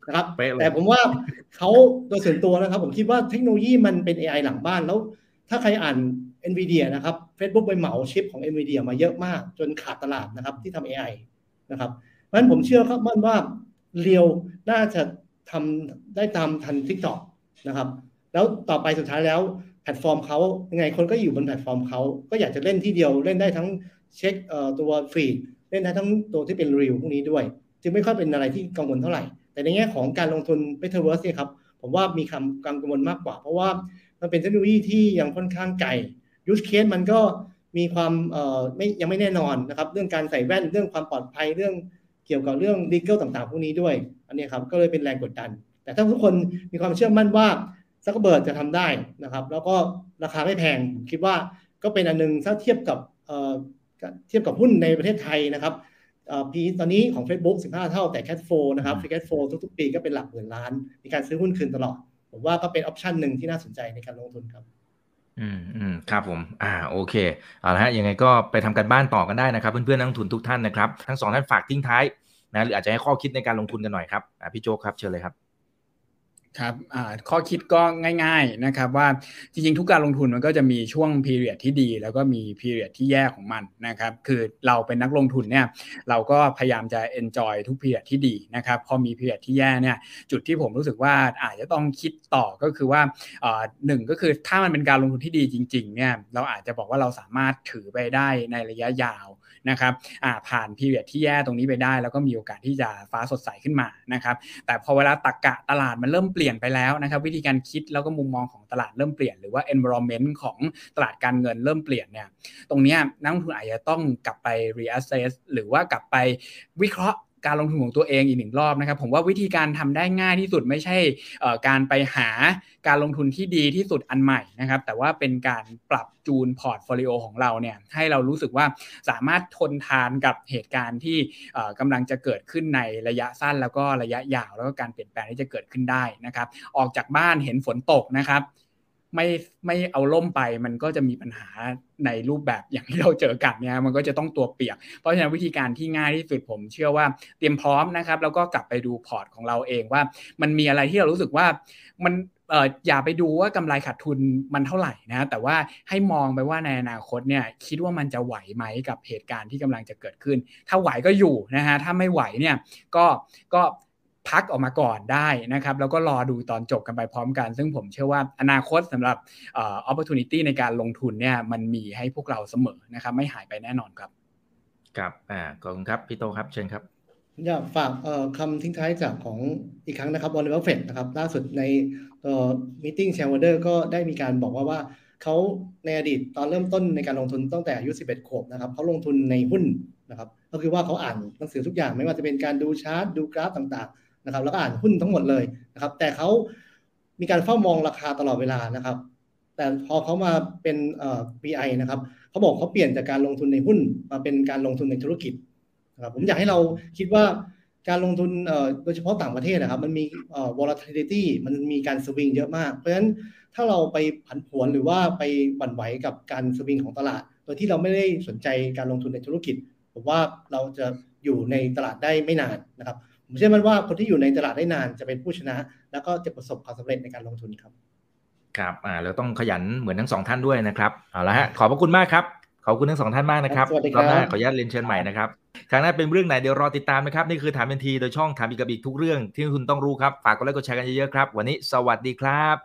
นะครับแต่ผมว่าเขาโดยส่วนตัวนะครับผมคิดว่าเทคโนโลยีมันเป็น เอ ไอ หลังบ้านแล้วถ้าใครอ่าน Nvidia นะครับ Facebook ไปเหมาชิปของ Nvidia มาเยอะมากจนขาดตลาดนะครับที่ทำ เอ ไอ นะครับเพราะฉะนั้นผมเชื่อครับมั่นว่าเรียวน่าจะทำได้ตามทัน TikTok นะครับแล้วต่อไปสุดท้ายแล้วแพลตฟอร์มเขายังไงคนก็อยู่บนแพลตฟอร์มเขาก็อยากจะเล่นที่เดียวเล่นได้ทั้งเช็คเอ่อตัวฟีดเล่นได้ทั้งตัวที่เป็นรีลพวกนี้ด้วยจึงไม่ค่อยเป็นอะไรที่กังวลเท่าไหร่แต่ในแง่ของการลงทุน Metaverse เนี่ยครับผมว่ามีคำกังวลมากกว่าเพราะว่ามันเป็นเทคโนโลยีที่ยังค่อนข้างไกล use case มันก็มีความเอ่อไม่ยังไม่แน่นอนนะครับเรื่องการใส่แว่นเรื่องความปลอดภัยเรื่องเกี่ยวกับเรื่อง legal ต่างๆพวกนี้ด้วยอันนี้ครับก็เลยเป็นแรงกดดันแต่ถ้าทุกคนมีความเชื่อมั่นว่าซักเคอร์เบิร์กจะทำได้นะครับแล้วก็ราคาไม่แพงผมคิดว่าก็เป็นอันนึงถ้าเทียบกับเอ่อเทียบกับหุ้นในประเทศไทยนะครับเอ่อ พี ตอนนี้ของ Facebook สิบห้าเท่าแต่ Cash Flow นะครับ Free Cash Flow ทุกๆปีก็เป็นหลักหมื่นล้านมีการซื้อหุ้นคืนตลอดผมว่าก็เป็นออปชันหนึ่งที่น่าสนใจในการลงทุนครับอืมอืมครับผมอ่าโอเคเอาละฮะยังไงก็ไปทำการบ้านต่อกันได้นะครับเพื่อนๆนักลงทุนทุกท่านนะครับทั้งสองท่านฝากทิ้งท้ายนะหรืออาจจะให้ข้อคิดในการลงทุนกันหน่อยครับอ่าพี่โจ๊กครับเชิญเลยครับครับข้อคิดก็ง่ายๆนะครับว่าจริงๆทุกการลงทุนมันก็จะมีช่วง period ที่ดีแล้วก็มี period ที่แย่ของมันนะครับคือเราเป็นนักลงทุนเนี่ยเราก็พยายามจะ enjoy ทุก period ที่ดีนะครับพอมี period ที่แย่เนี่ยจุดที่ผมรู้สึกว่าอาจจะต้องคิดต่อก็คือว่าหนึ่งก็คือถ้ามันเป็นการลงทุนที่ดีจริงๆเนี่ยเราอาจจะบอกว่าเราสามารถถือไปได้ในระยะยาวนะครับผ่าน period ที่แย่ตรงนี้ไปได้แล้วก็มีโอกาสที่จะฟ้าสดใสขึ้นมานะครับแต่พอเวลาตรรกะตลาดมันเริ่มเปลี่ยนไปแล้วนะครับวิธีการคิดแล้วก็มุมมองของตลาดเริ่มเปลี่ยนหรือว่า environment ของตลาดการเงินเริ่มเปลี่ยนเนี่ยตรงนี้นักลงทุนอาจจะต้องกลับไป reassess หรือว่ากลับไปวิเคราะห์การลงทุนของตัวเองอีกหนึ่งรอบนะครับผมว่าวิธีการทำได้ง่ายที่สุดไม่ใช่การไปหาการลงทุนที่ดีที่สุดอันใหม่นะครับแต่ว่าเป็นการปรับจูนพอร์ตโฟลิโอของเราเนี่ยให้เรารู้สึกว่าสามารถทนทานกับเหตุการณ์ที่กำลังจะเกิดขึ้นในระยะสั้นแล้วก็ระยะยาวแล้วก็การเปลี่ยนแปลงที่จะเกิดขึ้นได้นะครับออกจากบ้านเห็นฝนตกนะครับไม่ไม่เอาล่มไปมันก็จะมีปัญหาในรูปแบบอย่างที่เราเจอกันเนี่ยมันก็จะต้องตัวเปียกเพราะฉะนั้นวิธีการที่ง่ายที่สุดผมเชื่อว่าเตรียมพร้อมนะครับแล้วก็กลับไปดูพอร์ตของเราเองว่ามันมีอะไรที่เรารู้สึกว่ามันเอ่ออย่าไปดูว่ากำไรขาดทุนมันเท่าไหร่นะแต่ว่าให้มองไปว่าในอนาคตเนี่ยคิดว่ามันจะไหวไหมกับเหตุการณ์ที่กำลังจะเกิดขึ้นถ้าไหวก็อยู่นะฮะถ้าไม่ไหวเนี่ยก็ก็พักออกมาก่อนได้นะครับแล้วก็รอดูตอนจบกันไปพร้อมกันซึ่งผมเชื่อว่าอนาคตสำหรับเอ่อ opportunity ในการลงทุนเนี่ยมันมีให้พวกเราเสมอนะครับไม่หายไปแน่นอนครับครับอ่าขอบคุณครับพี่โตครับเชิญครับอยากฝากเอ่อคำทิ้งท้ายจากของอีกครั้งนะครับ Warren Buffett นะครับล่าสุดในเอ่อ meeting shareholder ก็ได้มีการบอกว่าว่าเขาในอดีตตอนเริ่มต้นในการลงทุนตั้งแต่อายุสิบเอ็ดขวบนะครับเขาลงทุนในหุ้นนะครับก็คือว่าเขาอ่านหนังสือทุกอย่างไม่ว่าจะเป็นการดูชาร์ตดูกราฟต่างๆนะครับแล้วก็อ่านหุ้นทั้งหมดเลยนะครับแต่เขามีการเฝ้ามองราคาตลอดเวลานะครับแต่พอเขามาเป็นเอ่อ พี ไอ นะครับเขาบอกเขาเปลี่ยนจากการลงทุนในหุ้นมาเป็นการลงทุนในธุรกิจนะครับผมอยากให้เราคิดว่าการลงทุนเอ่อโดยเฉพาะต่างประเทศนะครับมันมีเอ่อ volatility มันมีการสวิงเยอะมากเพราะฉะนั้นถ้าเราไปผันผวนหรือว่าไปหวั่นไหวกับการสวิงของตลาดโดยที่เราไม่ได้สนใจการลงทุนในธุรกิจผมว่าเราจะอยู่ในตลาดได้ไม่นานนะครับผมเชื่อมั่นว่าคนที่อยู่ในตลาดได้นานจะเป็นผู้ชนะแล้วก็จะประสบความสำเร็จในการลงทุนครับครับอ่าแล้วต้องขยันเหมือนทั้งสองท่านด้วยนะครับเอาละฮะขอบพระคุณมากครับขอบคุณทั้งสองท่านมากนะครับรอบหน้าขออนุญาตเรียนเชิญใหม่นะครับครั้งหน้าเป็นเรื่องไหนเดี๋ยวรอติดตามนะครับนี่คือถามทันทีโดยช่องถามอีกกับอีกทุกเรื่องที่คุณต้องรู้ครับฝากกดไลค์กดแชร์กันเยอะๆครับวันนี้สวัสดีครับ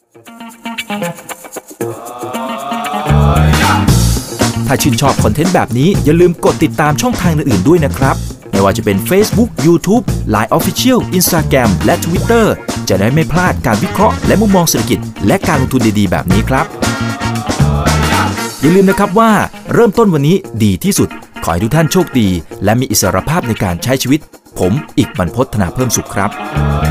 ถ้าชื่นชอบคอนเทนต์แบบนี้อย่าลืมกดติดตามช่องทางอื่นๆด้วยนะครับไม่ว่าจะเป็น Facebook, YouTube, ไลน์ Official, Instagram และ Twitter จะได้ไม่พลาดการวิเคราะห์และมุมมองเศรษฐกิจและการลงทุนดีๆแบบนี้ครับอย่าลืมนะครับว่าเริ่มต้นวันนี้ดีที่สุดขอให้ทุกท่านโชคดีและมีอิสรภาพในการใช้ชีวิตผมอีกบรรพต ธนาเพิ่มสุขครับ